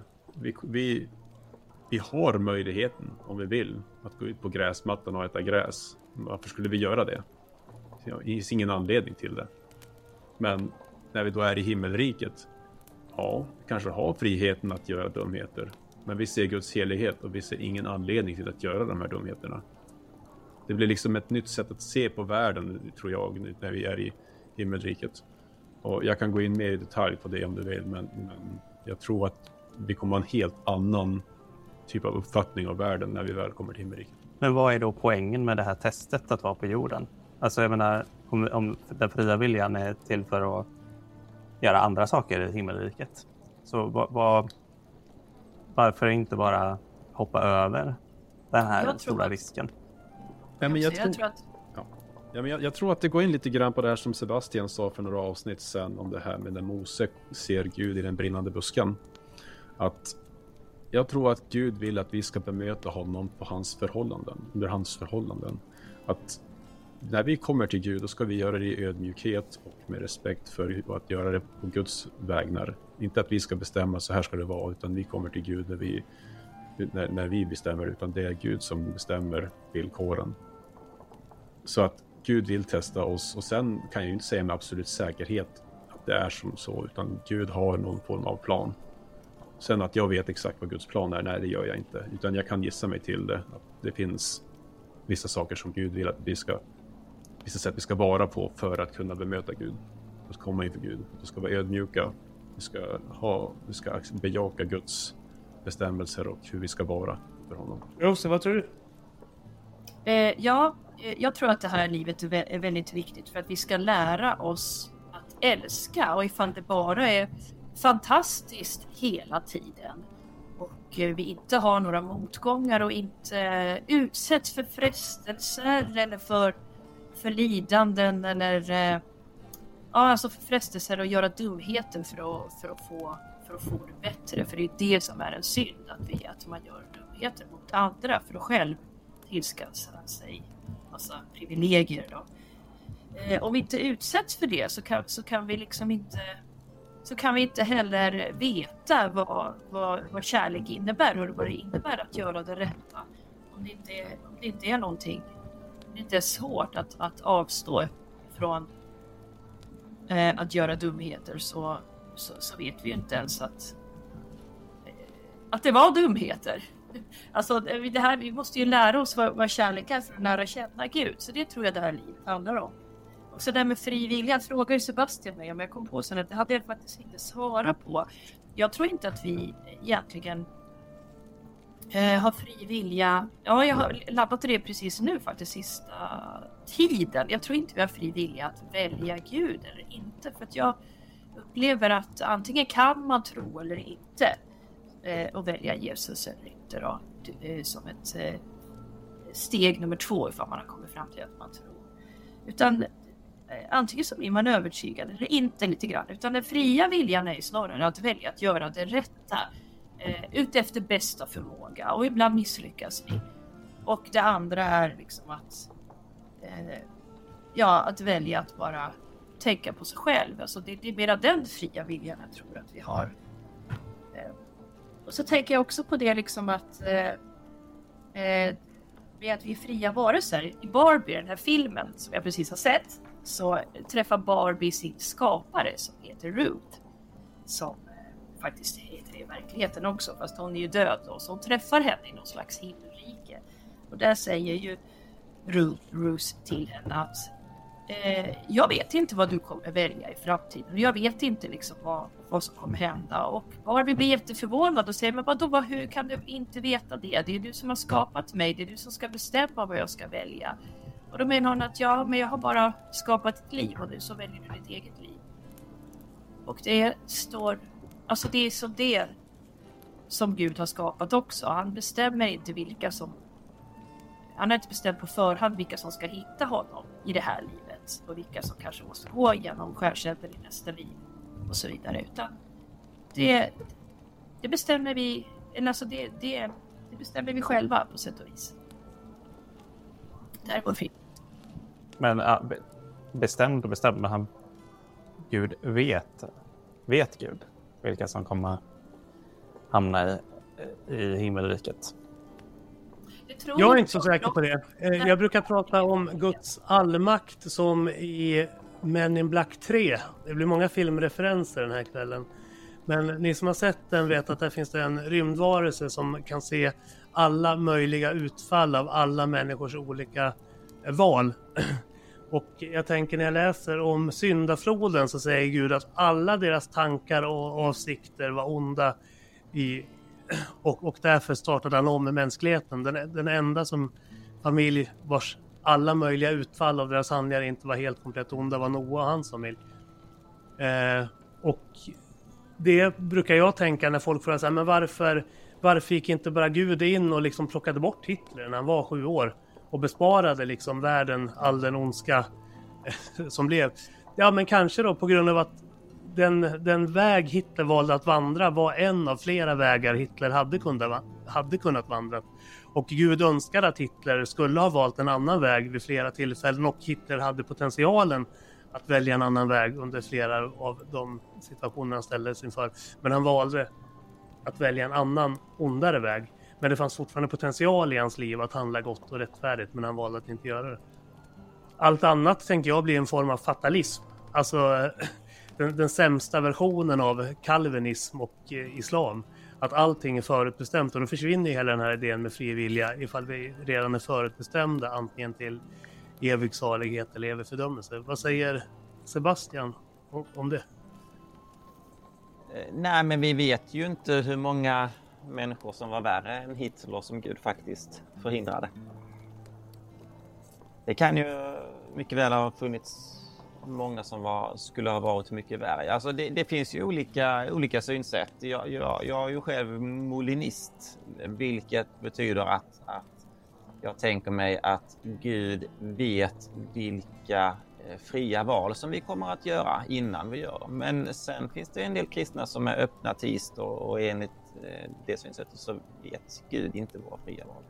Vi har möjligheten, om vi vill, att gå ut på gräsmattan och äta gräs. Varför skulle vi göra det? Det finns ingen anledning till det. Men när vi då är i himmelriket, ja, vi kanske har friheten att göra dumheter. Men vi ser Guds helighet och vi ser ingen anledning till att göra de här dumheterna. Det blir liksom ett nytt sätt att se på världen, tror jag, när vi är i himmelriket. Och jag kan gå in mer i detalj på det om du vill, men jag tror att vi kommer ha en helt annan typ av uppfattning av världen när vi väl kommer till himmelriket. Men vad är då poängen med det här testet att vara på jorden? Alltså jag menar, om den fria viljan är till för att göra andra saker i himmelriket. Så varför inte bara hoppa över den här stora risken? Jag tror att det går in lite grann på det här som Sebastian sa för några avsnitt sedan om det här med när Mose ser Gud i den brinnande busken. Att jag tror att Gud vill att vi ska bemöta honom på hans förhållanden, under hans förhållanden. Att när vi kommer till Gud, då ska vi göra det i ödmjukhet och med respekt för att göra det på Guds vägnar. Inte att vi ska bestämma så här ska det vara, utan vi kommer till Gud när vi bestämmer, utan det är Gud som bestämmer villkoren. Så att Gud vill testa oss, och sen kan jag ju inte säga med absolut säkerhet att det är som så, utan Gud har någon form av plan. Sen att jag vet exakt vad Guds plan är, nej det gör jag inte. Utan jag kan gissa mig till det. Att det finns vissa saker som Gud vill att vissa sätt vi ska vara på för att kunna bemöta Gud. Vi ska komma inför Gud. Vi ska vara ödmjuka. Vi ska bejaka Guds bestämmelser och hur vi ska vara för honom. Rose, vad tror du? Jag tror att det här livet är väldigt viktigt för att vi ska lära oss att älska. Och ifall det bara är fantastiskt hela tiden och vi inte har några motgångar och inte utsätts för frestelser eller för lidanden eller alltså för frestelser att göra dumheter för att få det bättre, för det är det som är en synd, att man gör dumheter mot andra för att själv tillskansa sig massa privilegier då. Om vi inte utsätts för det så kan vi liksom inte, så kan vi inte heller veta vad kärlek innebär och vad det innebär att göra det rätta. Om det inte är någonting, om det inte är svårt att avstå från att göra dumheter, så vet vi ju inte ens att det var dumheter. Alltså det här, vi måste ju lära oss vad kärlek är för att lära känna Gud. Så det tror jag det här livet handlar om. Och så där med frivilliga frågar ju Sebastian mig om jag kom på sen att det hade jag faktiskt inte svara på. Jag tror inte att vi egentligen har fri vilja. Ja, jag har labbat det precis nu faktiskt sista tiden. Jag tror inte vi har fri vilja att välja Gud eller inte. För att jag upplever att antingen kan man tro eller inte. Och välja Jesus eller inte då. Som ett steg nummer 2 ifall man har kommit fram till att man tror. Utan antingen så är man övertygad eller inte lite grann. Utan den fria viljan är snarare att välja att göra det rätta. Ut efter bästa förmåga. Och ibland misslyckas vi. Och det andra är liksom att välja att bara tänka på sig själv. Alltså det är mer den fria viljan jag tror att vi har. Och så tänker jag också på det liksom att med att vi är fria varelser. I Barbie, den här filmen som jag precis har sett, så träffar Barbie sin skapare som heter Ruth. Som faktiskt heter det i verkligheten också, fast hon är ju död då. Så hon träffar henne i någon slags himmelrike. Och där säger ju Ruth till henne att jag vet inte vad du kommer välja i framtiden. Jag vet inte liksom vad som kommer hända. Och Barbie blir jätteförvånad och säger, men vadå, hur kan du inte veta det? Det är du som har skapat mig. Det är du som ska bestämma vad jag ska välja. Och då menar hon att men jag har bara skapat ett liv och nu så väljer du ditt eget liv. Och det står, alltså det är så det som Gud har skapat också. Han bestämmer inte vilka som, han har inte bestämt på förhand vilka som ska hitta honom i det här livet. rätt och vilka som kanske måste gå genom skärselden i nästa liv och så vidare, utan det bestämmer vi, eller alltså det bestämmer vi själva på sätt och vis. Det här går fint. Men bestämmer han, Gud vet Gud vilka som kommer hamna i himmelriket? Jag är inte så säker på det. Jag brukar prata om Guds allmakt som i Men in Black 3. Det blir många filmreferenser den här kvällen. Men ni som har sett den vet att där finns det en rymdvarelse som kan se alla möjliga utfall av alla människors olika val. Och jag tänker när jag läser om syndafloden så säger Gud att alla deras tankar och avsikter var onda och därför startade han om med mänskligheten. Den enda som familj vars alla möjliga utfall av deras handlingar inte var helt komplett onda var Noah och hans familj. Och det brukar jag tänka när folk frågar så här, men varför gick inte bara Gud in och liksom plockade bort Hitler när han var 7 år och besparade liksom världen all den ondska som blev. Ja, men kanske då på grund av att den väg Hitler valde att vandra var en av flera vägar Hitler hade kunnat vandra. Och Gud önskade att Hitler skulle ha valt en annan väg vid flera tillfällen och Hitler hade potentialen att välja en annan väg under flera av de situationer han ställdes inför. Men han valde att välja en annan, ondare väg. Men det fanns fortfarande potential i hans liv att handla gott och rättfärdigt, men han valde att inte göra det. Allt annat tänker jag blir en form av fatalism. Alltså den sämsta versionen av kalvinism och islam. Att allting är förutbestämt, och då försvinner ju hela den här idén med fri vilja ifall vi redan är förutbestämda antingen till evig salighet eller evig fördömelse. Vad säger Sebastian om det? Nej, men vi vet ju inte hur många människor som var värre än Hitler som Gud faktiskt förhindrade. Det kan ju mycket väl ha funnits många som skulle ha varit mycket värre. Alltså det finns ju olika synsätt. Jag är ju själv molinist, vilket betyder att jag tänker mig att Gud vet vilka fria val som vi kommer att göra innan vi gör dem. Men sen finns det en del kristna som är öppna ateist och enligt det synsättet så vet Gud inte våra fria val.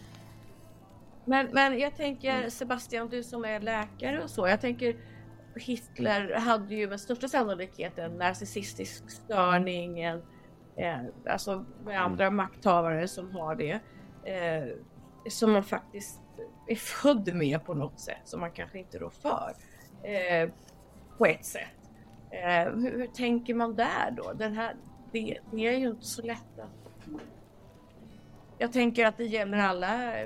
Men jag tänker, Sebastian, du som är läkare och så, jag tänker Hitler hade ju med största sannolikhet en narcissistisk störning, alltså med andra makthavare som har det, som man faktiskt är född med på något sätt, som man kanske inte rår för på ett sätt. Hur tänker man där då? Det är ju inte så lätt att... Jag tänker att det gäller alla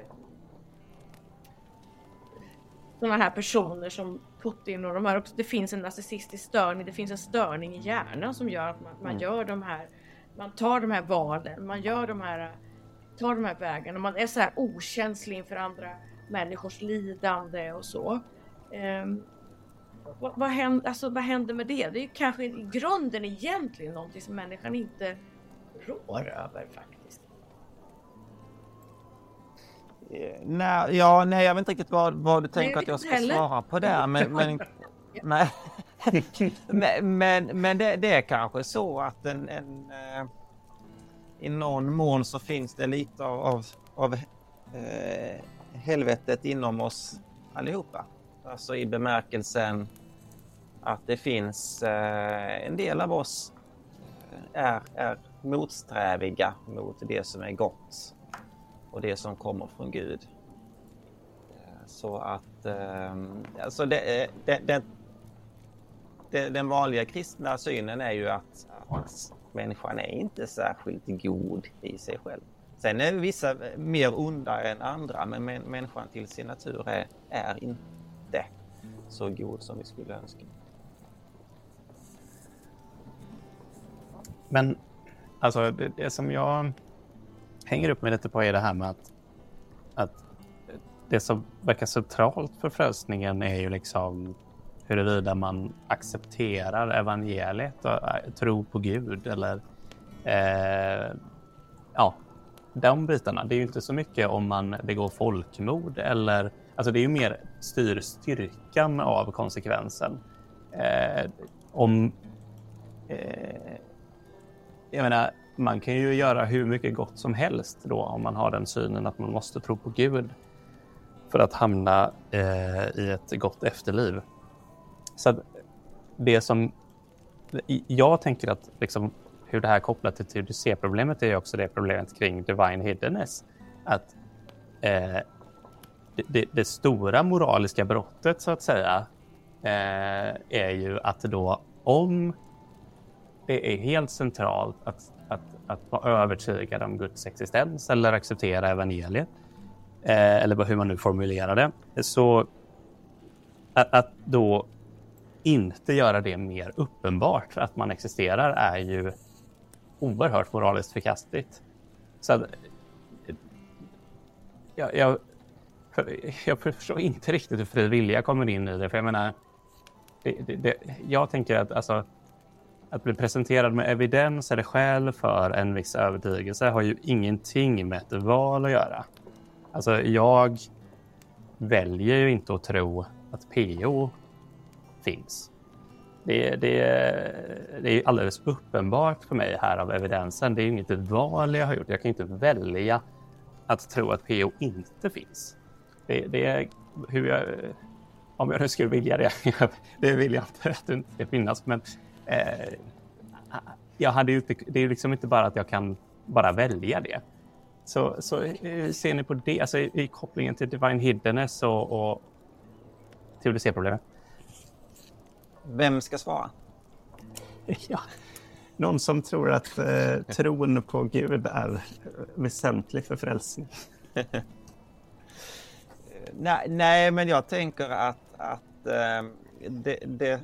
sådana här personer som Putin och de här också. Det finns en narcissistisk störning, det finns en störning i hjärnan som gör att man gör de här, man tar de här valen, man tar de här vägarna, man är så här okänslig inför andra människors lidande och så. Vad händer med det? Det är kanske i grunden egentligen någonting som människan inte rår över faktiskt. Nej, jag vet inte riktigt vad du tänker att jag ska svara på det. Men det är kanske så att i någon mån så finns det lite av helvetet inom oss allihopa. Alltså i bemärkelsen att det finns en del av oss är motsträviga mot det som är gott och det som kommer från Gud. Så att alltså den vanliga kristna synen är ju att människan är inte särskilt god i sig själv. Sen är vissa mer onda än andra, men människan till sin natur är inte så god som vi skulle önska. Men alltså det som jag hänger upp mig lite på är det här med att det som verkar centralt för frälsningen är ju liksom huruvida man accepterar evangeliet och tror på Gud eller de bitarna. Det är ju inte så mycket om man begår folkmord eller Alltså det är ju mer styrkan av konsekvensen. Jag menar, man kan ju göra hur mycket gott som helst då om man har den synen att man måste tro på Gud för att hamna i ett gott efterliv. Så att det som jag tänker att liksom, hur det här kopplat till teodicéproblemet är också det problemet kring divine hiddenness. Att det stora moraliska brottet så att säga är ju att då om det är helt centralt att vara övertygad om Guds existens eller acceptera evangeliet eller hur man nu formulerar det, så att då inte göra det mer uppenbart att man existerar är ju oerhört moraliskt förkastligt. Så att, jag förstår inte riktigt hur fri vilja kommer in i det, för jag menar jag tänker att alltså, att bli presenterad med evidens eller skäl för en viss övertygelse har ju ingenting med ett val att göra. Alltså jag väljer ju inte att tro att PO finns. Det är ju alldeles uppenbart för mig här av evidensen. Det är ju inget val jag har gjort. Jag kan inte välja att tro att PO inte finns. Det är hur jag, om jag nu skulle vilja det. Det vill jag inte att det inte ska finnas. Men jag hade ju, det är liksom inte bara att jag kan bara välja det. Så ser ni på det, alltså i kopplingen till divine hiddenness och teodicéproblemet? Vem ska svara? Ja, någon som tror att tron på Gud är väsentlig för frälsning. Nej, men jag tänker att det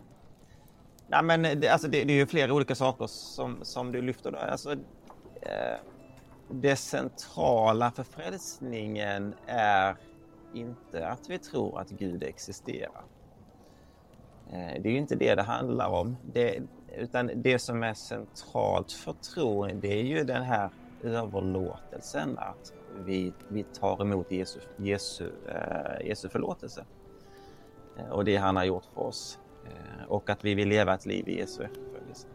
är ju flera olika saker som du lyfter då. Alltså, det centrala för frälsningen är inte att vi tror att Gud existerar. Det är ju inte det handlar om. Utan det som är centralt för tron, det är ju den här överlåtelsen, att vi tar emot Jesu förlåtelse. Och det han har gjort för oss. Och att vi vill leva ett liv i Jesu efterföljelse.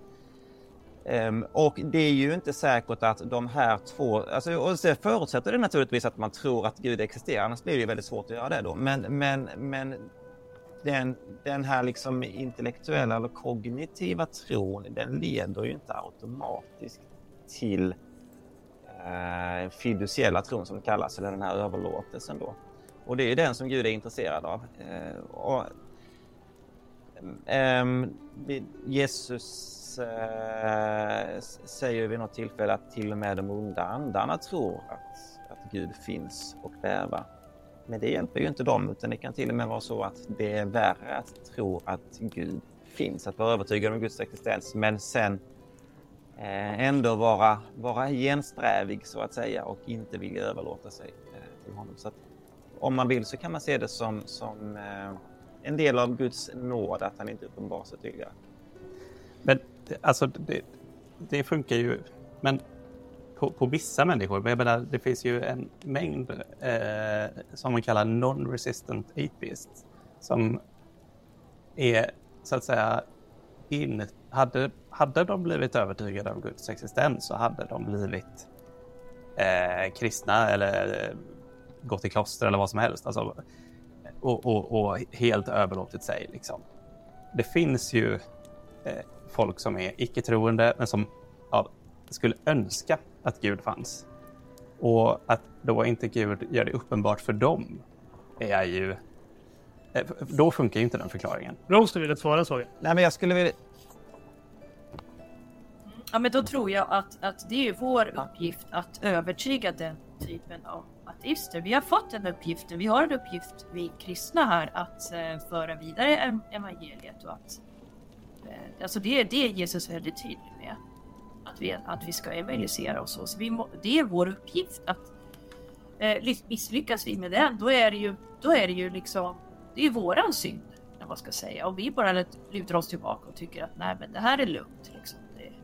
Och det är ju inte säkert att de här två, alltså, och så förutsätter det naturligtvis att man tror att Gud existerar, annars blir det ju väldigt svårt att göra det då. Men den här liksom intellektuella eller kognitiva tron, den leder ju inte automatiskt till fiduciella tron som det kallas, eller den här överlåtelsen då. Och det är ju den som Gud är intresserad av. Jesus säger vid något tillfälle att till och med de onda andarna tror att Gud finns och bävar. Men det hjälper ju inte dem, utan det kan till och med vara så att det är värre att tro att Gud finns, att vara övertygad om Guds existens, men sen ändå vara gensträvig så att säga och inte vilja överlåta sig till honom. Så att, om man vill så kan man se det som en del av Guds nåd att han inte uppenbarar sig tydligare. Men alltså det funkar ju, men på vissa människor, jag menar, det finns ju en mängd som man kallar non-resistant atheists som är så att säga hade de blivit övertygade om Guds existens så hade de blivit kristna eller gått i kloster eller vad som helst, alltså, och helt överlåtit sig liksom. Det finns ju folk som är icke-troende men som skulle önska att Gud fanns. Och att då inte Gud gör det uppenbart för dem är ju... Då funkar ju inte den förklaringen. Rose, du ville svara så. Nej, men jag skulle vilja... Ja, men då tror jag att det är vår uppgift att övertyga den typen av ateister. Vi har fått den uppgiften. Vi har en uppgift, vi kristna här, att föra vidare evangeliet. Och att, alltså det är Jesus väldigt tydlig med. Att vi ska evangelisera och så. Så det är vår uppgift att misslyckas vi med den, då är det ju liksom, det är våran synd, vad ska säga. Och vi bara lutar oss tillbaka och tycker att nej, men det här är lugnt liksom.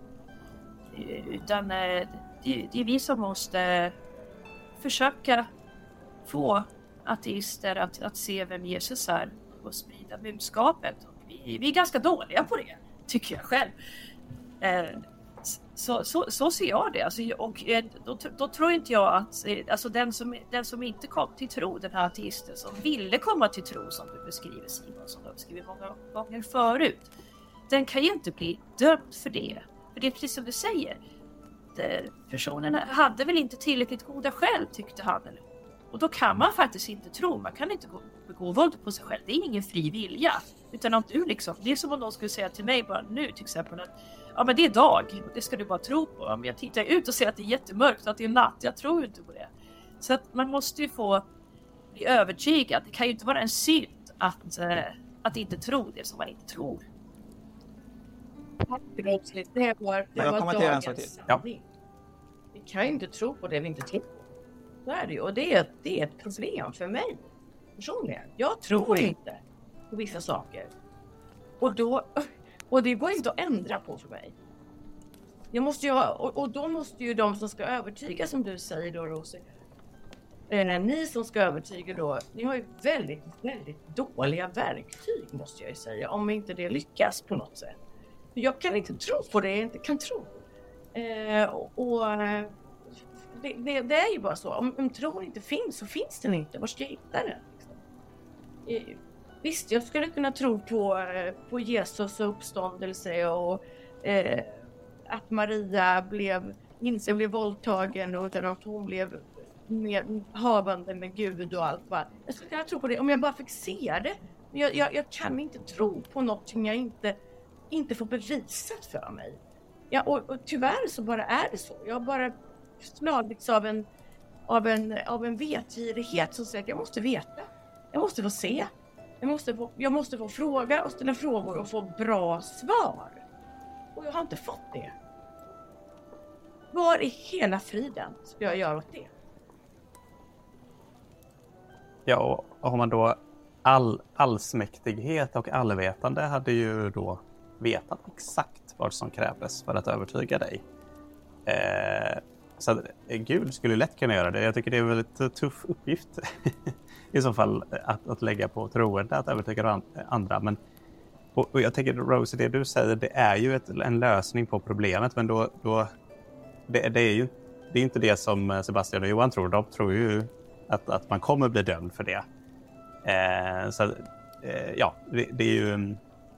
Utan det är vi som måste försöka få ateister att se vem Jesus är och sprida budskapet. Och vi är ganska dåliga på det, tycker jag själv. Så ser jag det. Alltså, och då tror inte jag att alltså den som inte kom till tro, den här ateisten som ville komma till tro, som du beskriver, Simon, som du har beskrivit många gånger förut, den kan ju inte bli dömd för det. För det är precis som du säger. Personen hade väl inte tillräckligt goda skäl, tyckte han. Och då kan man faktiskt inte tro. Man kan inte begå våld på sig själv. Det är ingen fri vilja. Utan om du liksom, det är som om någon skulle säga till mig bara nu till exempel att ja, men det är dag. Det ska du bara tro på. Om jag tittar ut och ser att det är jättemörkt och att det är natt, jag tror inte på det. Så att man måste ju få bli övertygad. Det kan ju inte vara en synd att inte tro det som man inte tror. Det var dagens sanning. Vi kan ju inte tro på det vi inte tror på. Så är det ju. Och det är ett problem för mig personligen. Jag tror inte på vissa saker. Och det går inte att ändra på för mig. Och då måste ju de som ska övertyga, som du säger då, Rosie. Ni som ska övertyga då, ni har ju väldigt, väldigt dåliga verktyg, måste jag ju säga. Om inte det lyckas på något sätt. Jag kan inte tro på det jag inte kan tro. Det är ju bara så. Om tron inte finns så finns den inte. Var ska jag hitta den? Liksom? Visst, jag skulle kunna tro på Jesus uppståndelse och att Maria blev våldtagen och att hon blev havande med Gud och allt. Jag skulle kunna tro på det om jag bara fick se det. Jag kan inte tro på någonting jag inte får bevisat för mig. Ja, och tyvärr så bara är det så. Jag har bara slagits av en vetgirighet som säger att jag måste veta. Jag måste få se. Jag måste få fråga och ställa frågor och få bra svar. Och jag har inte fått det. Var i hela friden ska jag göra åt det? Ja, och har man då allsmäktighet och allvetande hade ju då vetat exakt vad som krävdes för att övertyga dig. Så att Gud skulle lätt kunna göra det. Jag tycker det är en väldigt tuff uppgift i så fall att lägga på troende, att övertyga andra. Men, och jag tänker, Rosie, det du säger, det är ju en lösning på problemet, men då det är inte det som Sebastian och Johan tror. De tror ju att man kommer bli dömd för det. Det är ju...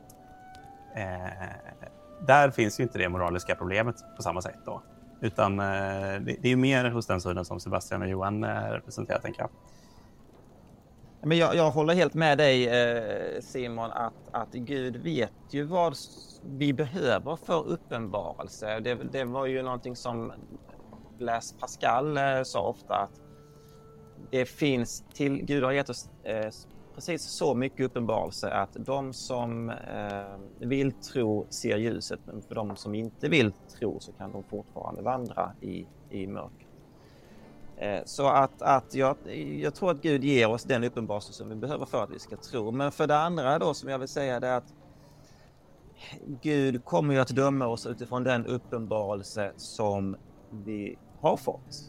där finns ju inte det moraliska problemet på samma sätt då. Utan det är ju mer hos den sidan som Sebastian och Johan representerar, tänker jag. Men jag håller helt med dig, Simon, att Gud vet ju vad vi behöver för uppenbarelse. Det var ju någonting som Blaise Pascal sa ofta, att det finns Gud har gett oss precis så mycket uppenbarelse att de som vill tro ser ljuset, men för de som inte vill tro så kan de fortfarande vandra i mörkret. Så att jag tror att Gud ger oss den uppenbarelse som vi behöver för att vi ska tro. Men för det andra då, som jag vill säga, det är att Gud kommer ju att döma oss utifrån den uppenbarelse som vi har fått.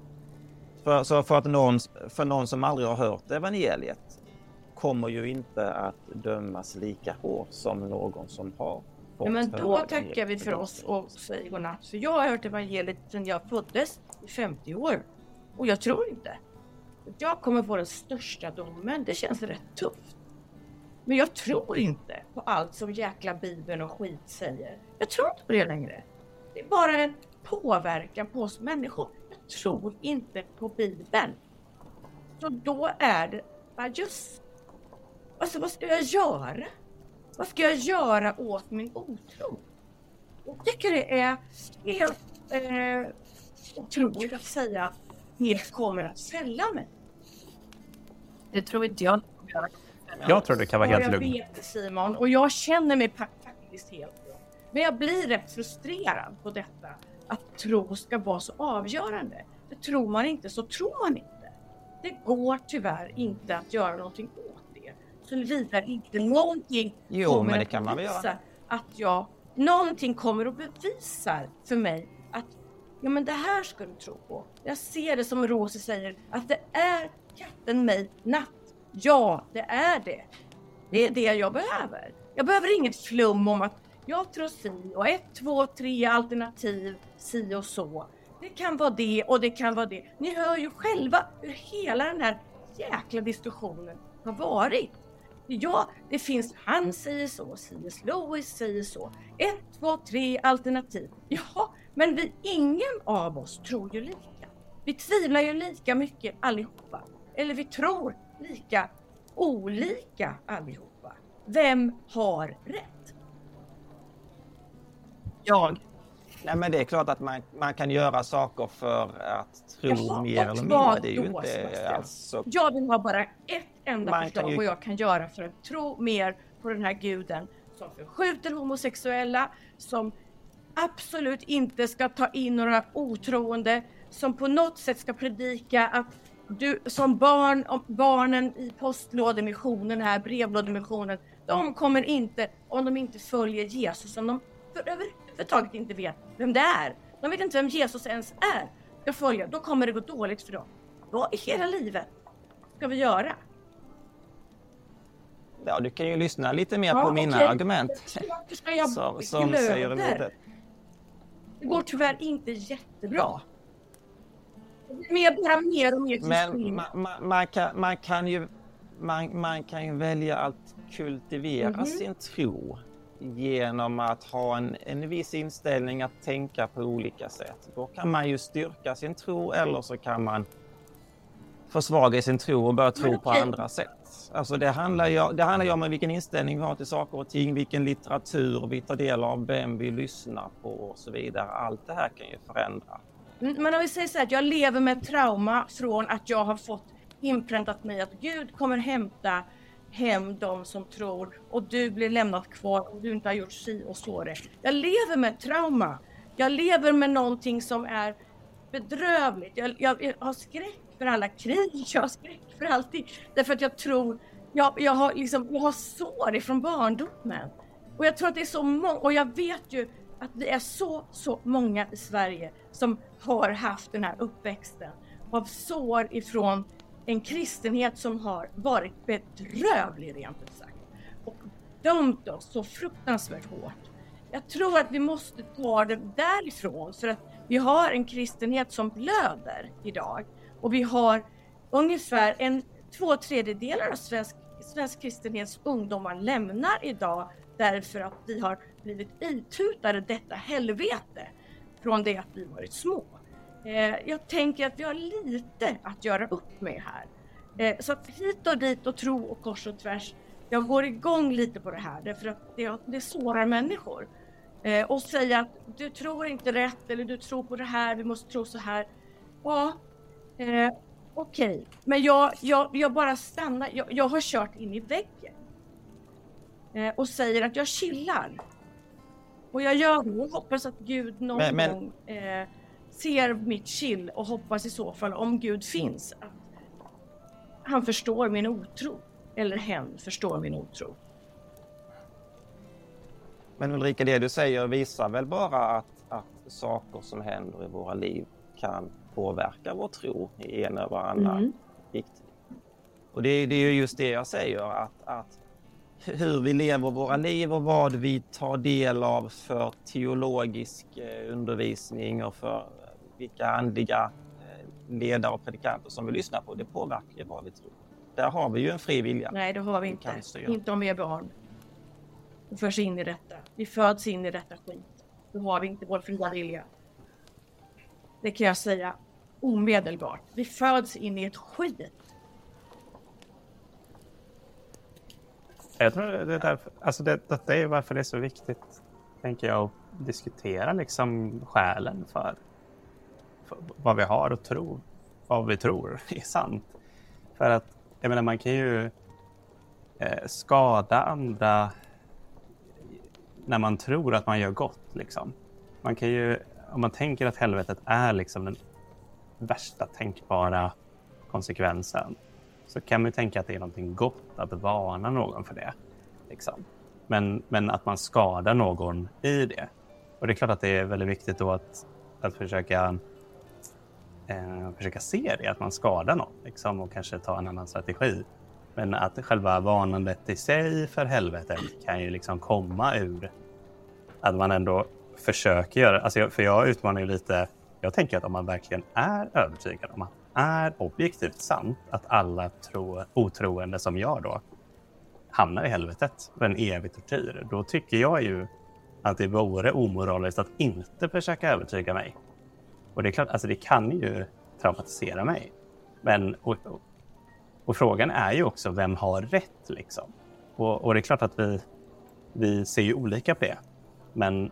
För någon som aldrig har hört evangeliet kommer ju inte att dömas lika hårt som någon som har fått. Men då tackar vi för oss och säger godnatt. För jag har hört evangeliet sedan jag föddes i 50 år. Och jag tror inte. Jag kommer få den största domen. Det känns rätt tufft. Men jag tror inte på allt som jäkla Bibeln och skit säger. Jag tror inte på det längre. Det är bara en påverkan på oss människor. Jag tror inte på Bibeln. Så då är det bara just... Alltså vad ska jag göra? Vad ska jag göra åt min otro? Jag tycker det är helt otroligt att säga att det kommer att fälla mig. Det tror inte jag. Jag tror det kan vara helt lugnt. Jag vet, Simon, och jag känner mig faktiskt helt lugnt. Men jag blir rätt frustrerad på detta. Att tro ska vara så avgörande. Det tror man inte, så tror man inte. Det går tyvärr inte att göra någonting åt det. Så vidare inte någonting kommer det kan att bevisa att någonting kommer att bevisa för mig att ja, men det här ska du tro på. Jag ser det som Rosie säger, att det är katten mig natt? Ja, det är det. Det är det jag behöver. Jag behöver inget flum om att jag tror si och 1, 2, 3 alternativ si och så. Det kan vara det och det kan vara det. Ni hör ju själva hur hela den här jäkla diskussionen har varit. Ja, det finns, han säger så, C.S. Lewis säger så. 1, 2, 3 alternativ. Ja, men ingen av oss tror ju lika. Vi tvivlar ju lika mycket allihopa. Eller vi tror lika olika allihopa. Vem har rätt? Jag. Nej, men det är klart att man kan göra saker för att tro mer eller mindre. Det är ju inte alltså... Jag vill ha bara ett enda förslag vad jag kan göra för att tro mer på den här guden som förskjuter homosexuella, som absolut inte ska ta in några otroende, som på något sätt ska predika att du som barnen i postlådemissionen här, brevlådemissionen, de kommer inte, om de inte följer Jesus, som de överhuvudtaget inte vet vem det är. De vet inte vem Jesus ens är. Ska följa, då kommer det gå dåligt för dem. Vad i hela livet ska vi göra? Ja, du kan ju lyssna lite mer på mina argument. Ska jag som säger emot det. Det går tyvärr inte jättebra. Mer och mer. Men man kan ju välja att kultivera sin tro genom att ha en viss inställning att tänka på olika sätt. Då kan man ju styrka sin tro, eller så kan man försvaga sin tro och börja tro på andra sätt. Alltså det handlar ju om vilken inställning vi har till saker och ting, vilken litteratur vi tar del av, vem vi lyssnar på och så vidare. Allt det här kan ju förändra. Men om vi säger så här, att jag lever med trauma från att jag har fått inpräntat mig att Gud kommer hämta hem de som tror och du blir lämnat kvar och du inte har gjort si och så det. Jag lever med trauma. Jag lever med någonting som är bedrövligt. Jag har skräck för alla krig. Jag har skräck för allting. Därför att jag tror, jag har sår ifrån barndomen. Och jag tror att det är så många, och jag vet ju att det är så många i Sverige som har haft den här uppväxten av sår ifrån en kristenhet som har varit bedrövlig rent ut sagt. Och dömt oss så fruktansvärt hårt. Jag tror att vi måste ta det därifrån, för att vi har en kristenhet som blöder idag. Och vi har ungefär 2/3 av svensk kristenhets ungdomar lämnar idag därför att vi har blivit itutade detta helvete från det att vi varit små. Jag tänker att vi har lite att göra upp med här. Så att hit och dit och tro och kors och tvärs. Jag går igång lite på det här därför att det sårar människor. Och säga att du tror inte rätt eller du tror på det här, vi måste tro så här. Ja, okej. Men jag bara stannar. Jag har kört in i väggen. Och säger att jag chillar. Och jag gör det och hoppas att Gud någon gång ser mitt chill och hoppas i så fall, om Gud finns, att han förstår min otro. Eller hen förstår min otro. Men Ulrika, det du säger visar väl bara att saker som händer i våra liv kan påverka vår tro i en eller annan riktning. Och det är ju just det jag säger, att hur vi lever våra liv och vad vi tar del av för teologisk undervisning och för vilka andliga ledare och predikanter som vi lyssnar på, det påverkar vad vi tror. Där har vi ju en fri vilja. Nej, det har vi inte. Inte om vi är barn. Vi förs in i detta. Vi föds in i detta skit. Då har vi inte vår fria vilja. Det kan jag säga omedelbart. Vi föds in i ett skit. Jag tror det är därför, alltså det är varför det är så viktigt, tänker jag, att diskutera liksom själen för vad vi har och tro, vad vi tror är sant. För att, jag menar, man kan ju skada andra när man tror att man gör gott liksom. Man kan ju, om man tänker att helvetet är liksom den värsta tänkbara konsekvensen, så kan man ju tänka att det är någonting gott att varna någon för det. Liksom. Men att man skadar någon i det. Och det är klart att det är väldigt viktigt då att försöka försöka se det, att man skadar någon liksom, och kanske ta en annan strategi. Men att själva varnandet i sig för helvetet kan ju liksom komma ur att man ändå försöker göra, alltså för jag utmanar ju lite, jag tänker att om man verkligen är övertygad om att är objektivt sant att alla otroende som jag då hamnar i helvetet för en evig tortyr, då tycker jag ju att det vore omoraliskt att inte försöka övertyga mig. Och det är klart, alltså det kan ju traumatisera mig. Men, och frågan är ju också, vem har rätt liksom? Och det är klart att vi ser ju olika på det. Men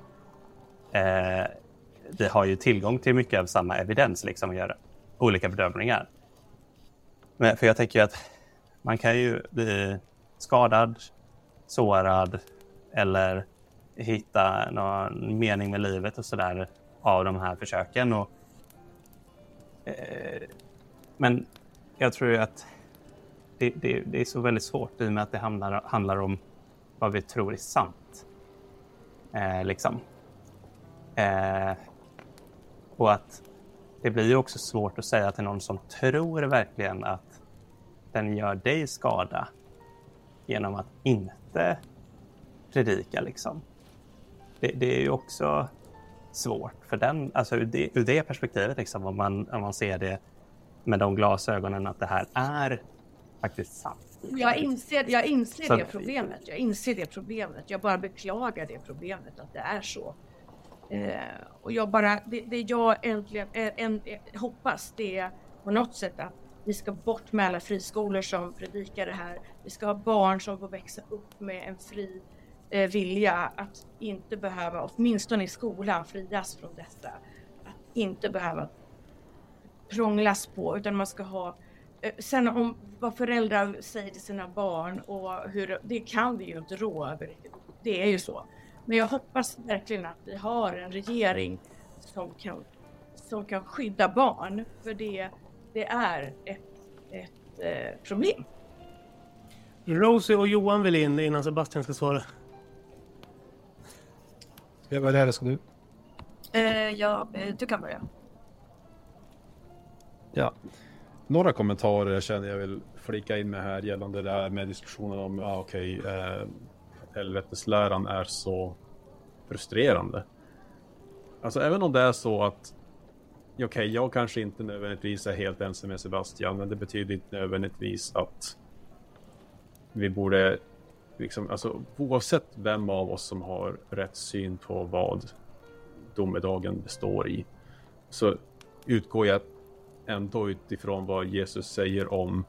vi har ju tillgång till mycket av samma evidens liksom och gör olika bedömningar. Men för jag tänker ju att man kan ju bli skadad, sårad eller hitta någon mening med livet och sådär av de här försöken. Och, men jag tror ju att det är så väldigt svårt i och med att det handlar om vad vi tror är sant. Liksom. Och att det blir ju också svårt att säga till någon som tror verkligen att den gör dig skada genom att inte predika liksom. Det är ju också svårt för den, alltså ur det perspektivet liksom, om man ser det med de glasögonen att det här är faktiskt sant. Jag inser det problemet. Jag inser det problemet. Jag bara beklagar det problemet att det är så. Och jag bara, det jag äntligen hoppas det är på något sätt att vi ska bort med alla friskolor som predikar det här. Vi ska ha barn som får växa upp med en fri vilja att inte behöva, åtminstone i skolan, frias från detta. Att inte behöva prånglas på, utan man ska ha. Sen om vad föräldrar säger till sina barn och hur, det kan vi ju inte rå över. Det är ju så. Men jag hoppas verkligen att vi har en regering som kan skydda barn. För det är ett problem. Rosie och Johan vill in innan Sebastian ska svara. Vad är det ska du? Du kan börja. Ja. Några kommentarer jag känner jag vill flika in med här gällande det här med diskussionen om helvetesläran är så frustrerande. Alltså även om det är så att jag kanske inte nödvändigtvis är helt ensam med Sebastian, men det betyder inte nödvändigtvis att vi borde liksom, alltså oavsett vem av oss som har rätt syn på vad domedagen består i, så utgår jag ändå utifrån vad Jesus säger om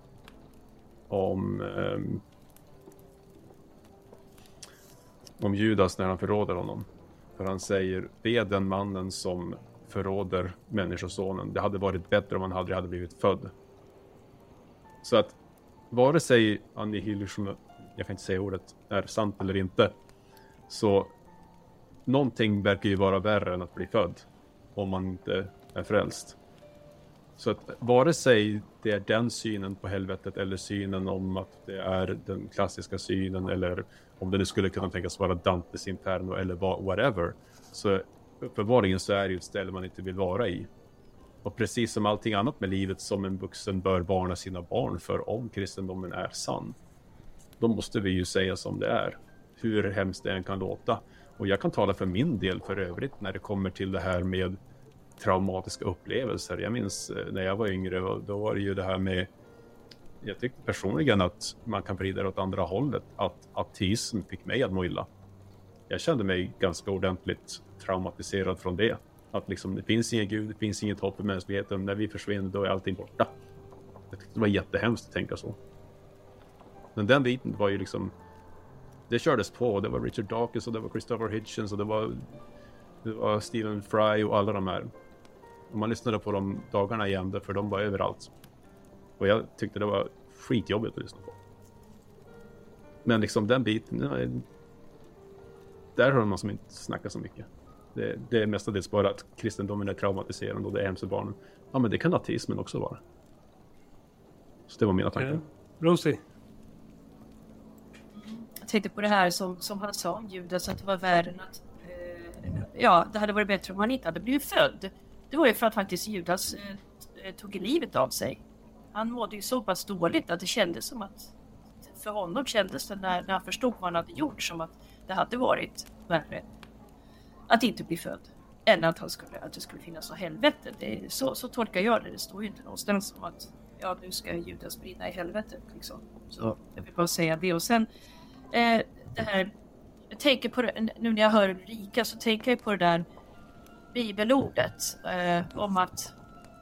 Judas när han förråder honom. För han säger, be den mannen som förråder människosonen. Det hade varit bättre om han aldrig hade blivit född. Så att vare sig annihilation, jag kan inte säga ordet, är sant eller inte, så någonting verkar ju vara värre än att bli född om man inte är frälst. Så att vare sig det är den synen på helvetet eller synen om att det är den klassiska synen, eller om det nu skulle kunna tänkas vara Dantes Inferno eller whatever, så uppenbarligen så är det ju ett ställe man inte vill vara i. Och precis som allting annat med livet som en vuxen bör varna sina barn för, om kristendomen är sann, då måste vi ju säga som det är, hur hemskt det än kan låta. Och jag kan tala för min del för övrigt när det kommer till det här med traumatiska upplevelser. Jag minns när jag var yngre, då var det ju det här med, jag tyckte personligen att man kan vrida det åt andra hållet, att ateism fick mig att må illa. Jag kände mig ganska ordentligt traumatiserad från det. Att liksom, det finns ingen gud, det finns inget hopp för mänskligheten, när vi försvinner då är allting borta. Jag tyckte det var jättehemskt att tänka så. Men den biten var ju liksom, det kördes på, det var Richard Dawkins och det var Christopher Hitchens och det var Stephen Fry och alla de här. Och man lyssnade på de dagarna igen, för de var överallt. Och jag tyckte det var skitjobbigt att lyssna på. Men liksom den biten, där har man som inte snackat så mycket. Det är mestadels bara att kristendomen är traumatiserande och det är hemskt barnen. Ja, men det kan ateismen också vara. Så det var mina tankar. Rosie? Jag tänkte på det här som han sa om Judas, att det var världen att det hade varit bättre om han inte hade blivit född. Det var ju för att faktiskt Judas tog livet av sig. Han mådde ju så pass dåligt att det kändes som att för honom kändes det när han förstod vad han hade gjort som att det hade varit värre att inte bli född än att det skulle finnas så helvete. Så tolkar jag det. Det står ju inte någonstans som att nu ska Judas brinna i helvetet liksom. Så jag vill bara säga det. Och sen det här, jag tänker på det, nu när jag hör Ulrika så tänker jag på det där bibelordet om att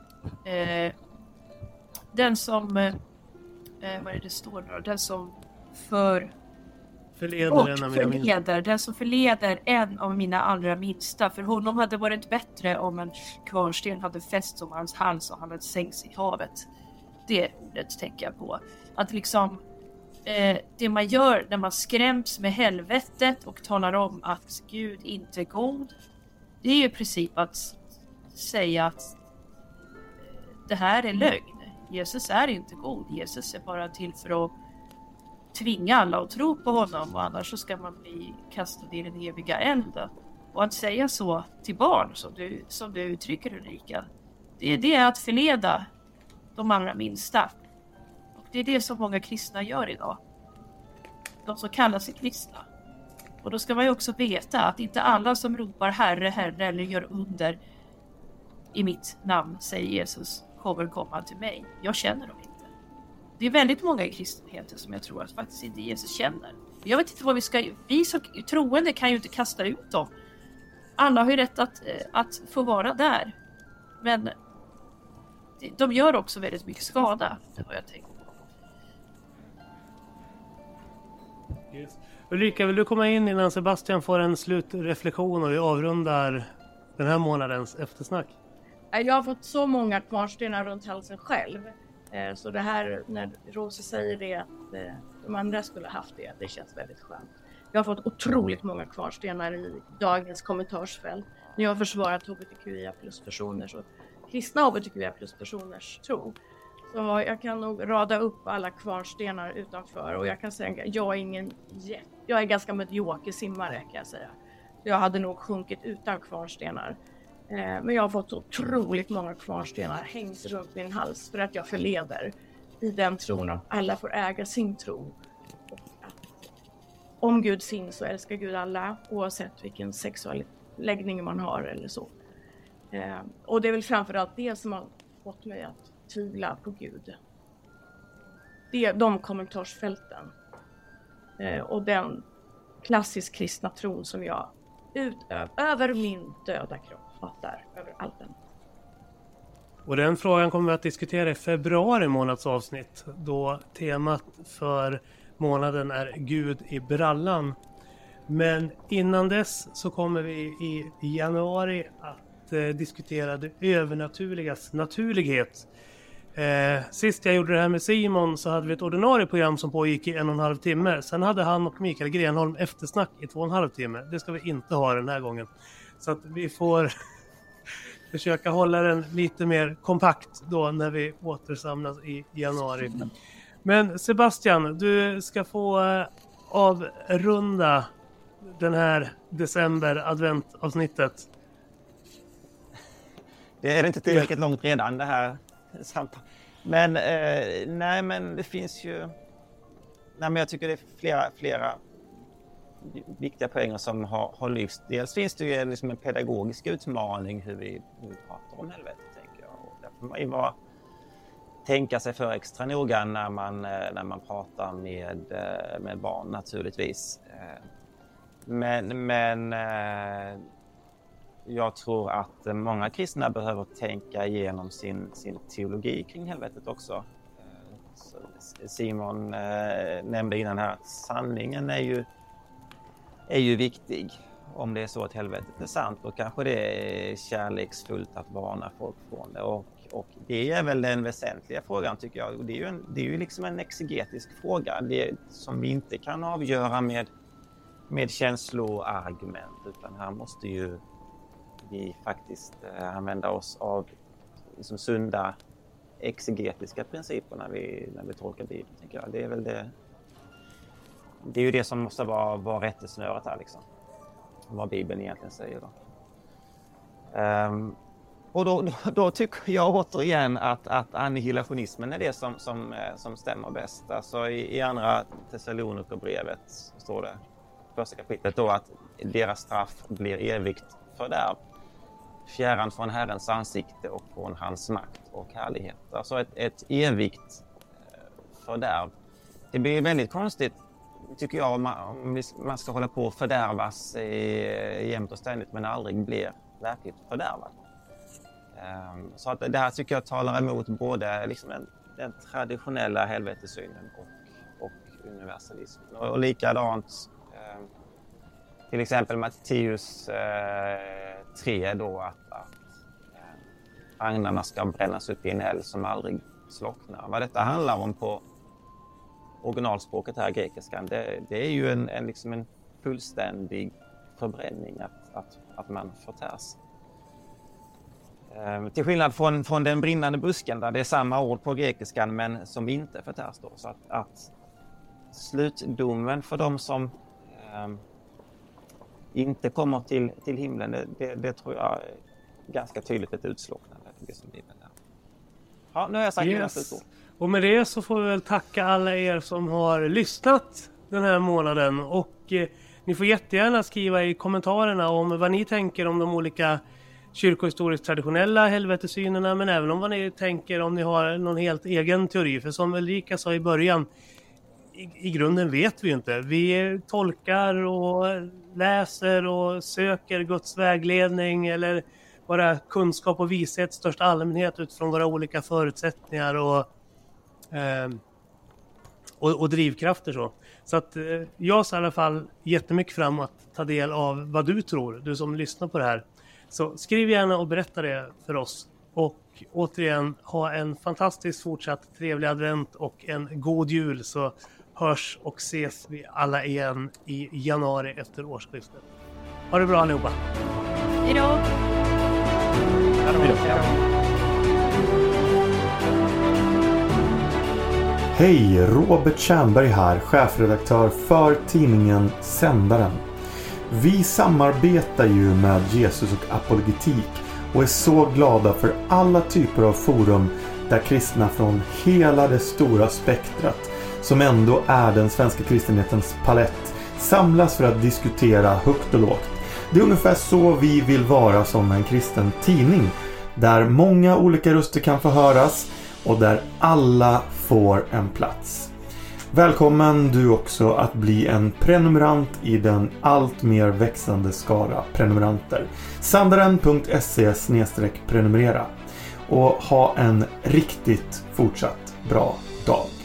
den som vad är det står då? Den som den som förleder en av mina allra minsta. För honom hade varit bättre om en kvarnsten hade fästs om hans hals och han hade sänkts i havet. Det ordet tänker jag på. Att liksom det man gör när man skräms med helvetet och talar om att Gud inte är god. Det är ju i princip att säga att det här är lögn. Jesus är inte god. Jesus är bara till för att tvinga alla att tro på honom. Och annars så ska man bli kastad i den eviga elden. Och att säga så till barn som du uttrycker, Ulrika. Det är att förleda de allra minsta. Och det är det som många kristna gör idag. De som kallar sig kristna. Och då ska man ju också veta att inte alla som ropar Herre, Herre eller gör under i mitt namn, säger Jesus, kommer komma till mig. Jag känner dem inte. Det är väldigt många i kristenheten som jag tror att faktiskt inte Jesus känner. Jag vet inte vad vi som troende kan ju inte kasta ut dem. Alla har ju rätt att få vara där. Men de gör också väldigt mycket skada. Det har jag tänkt på. Yes. Ulrika, vill du komma in innan Sebastian får en slutreflektion och vi avrundar den här månadens eftersnack? Jag har fått så många kvarnstenar runt halsen själv. Så det här, när Rosie säger det att de andra skulle ha haft det känns väldigt skönt. Jag har fått otroligt många kvarnstenar i dagens kommentarsfält. När jag har försvarat hbtqia plus personers och kristna hbtqia plus personers tro. Så jag kan nog rada upp alla kvarnstenar utanför. Och jag kan säga att jag är ganska medioker simmare kan jag säga. Jag hade nog sjunkit utan kvarnstenar. Men jag har fått otroligt många kvarnstenar hängs runt min hals för att jag förleder i den tron att alla får äga sin tro. Och att om Gud finns så älskar Gud alla oavsett vilken sexuell läggning man har eller så. Och det är väl framförallt det som har fått mig att tvivla på Gud. Det är de kommentarsfälten och den klassisk kristna tron som jag över min döda kropp fattar över allt den. Och den frågan kommer vi att diskutera i februari månads avsnitt då temat för månaden är Gud i brallan. Men innan dess så kommer vi i januari att diskutera det övernaturligas naturlighet. Sist jag gjorde det här med Simon så hade vi ett ordinarie program som pågick i 1,5 timme. Sen hade han och Mikael Grenholm eftersnack i 2,5 timme. Det ska vi inte ha den här gången. Så att vi får försöka hålla den lite mer kompakt då när vi återsamlas i januari. Men Sebastian, du ska få avrunda den här december-adventavsnittet. Det är inte tillräckligt långt redan det här samtalet. Men nej, men det finns ju... Nej, men jag tycker det är flera viktiga poänger som har lyft. Dels finns det ju liksom en pedagogisk utmaning hur vi pratar om helvetet, tänker jag. Och där får man ju tänka sig för extra noga när man pratar med barn naturligtvis. Men jag tror att många kristna behöver tänka igenom sin teologi kring helvetet också. Simon nämnde innan här att sanningen är ju viktig. Om det är så att helvetet är sant, då kanske det är kärleksfullt att varna folk från det. Och det är väl den väsentliga frågan, tycker jag. Och det är ju liksom en exegetisk fråga. Det som vi inte kan avgöra med känsloargument, utan här måste ju vi faktiskt använda oss av liksom sunda exegetiska principer när vi tolkar Bibeln, tycker jag. Det är väl det är ju det som måste vara rättesnöret här liksom. Vad Bibeln egentligen säger då. Och då tycker jag återigen att annihilationismen är det som stämmer bäst. Alltså i andra Thessalonikerbrevet står det, första kapitlet då, att deras straff blir evigt fördärv. Fjärran från Herrens ansikte och från hans makt och härlighet. Alltså ett evigt fördärv. Det blir väldigt konstigt, tycker jag, om man ska hålla på att fördärvas jämt och ständigt men aldrig blir verkligt fördärvad. Så att det här tycker jag talar emot både liksom den traditionella helvetesynen och universalismen. Och likadant till exempel Matteus 3 då att agnarna ska brännas upp i en eld som aldrig slocknar. Vad detta handlar om på originalspråket här, grekiskan, det är ju en fullständig förbränning, att man förtärs. Till skillnad från den brinnande busken där det är samma ord på grekiskan men som inte förtärs då. Så att slutdomen för de som inte kommer till himlen, det tror jag är ganska tydligt ett utslocknande. Det som Bibeln är. Ja, nu har jag sagt mina slutord. Och med det så får vi väl tacka alla er som har lyssnat den här månaden. Och ni får jättegärna skriva i kommentarerna om vad ni tänker om de olika kyrkohistoriskt traditionella helvetesynerna, men även om vad ni tänker om ni har någon helt egen teori. För som Ulrika sa i början, i grunden vet vi ju inte. Vi tolkar och läser och söker Guds vägledning eller bara kunskap och vishet i största allmänhet utifrån våra olika förutsättningar och drivkrafter. Så att jag ser i alla fall jättemycket fram att ta del av vad du tror, du som lyssnar på det här. Så skriv gärna och berätta det för oss. Och återigen, ha en fantastiskt fortsatt trevlig advent och en god jul, så hörs och ses vi alla igen i januari efter årsskiftet. Ha det bra allihopa. Hej då! Hej, Robert Tjernberg här, chefredaktör för tidningen Sändaren. Vi samarbetar ju med Jesus och apologetik och är så glada för alla typer av forum där kristna från hela det stora spektrat, som ändå är den svenska kristenhetens palett, samlas för att diskutera högt och lågt. Det är ungefär så vi vill vara som en kristen tidning, där många olika röster kan få höras och där alla får en plats. Välkommen du också att bli en prenumerant i den allt mer växande skara prenumeranter. Sandaren.se/prenumerera och ha en riktigt fortsatt bra dag.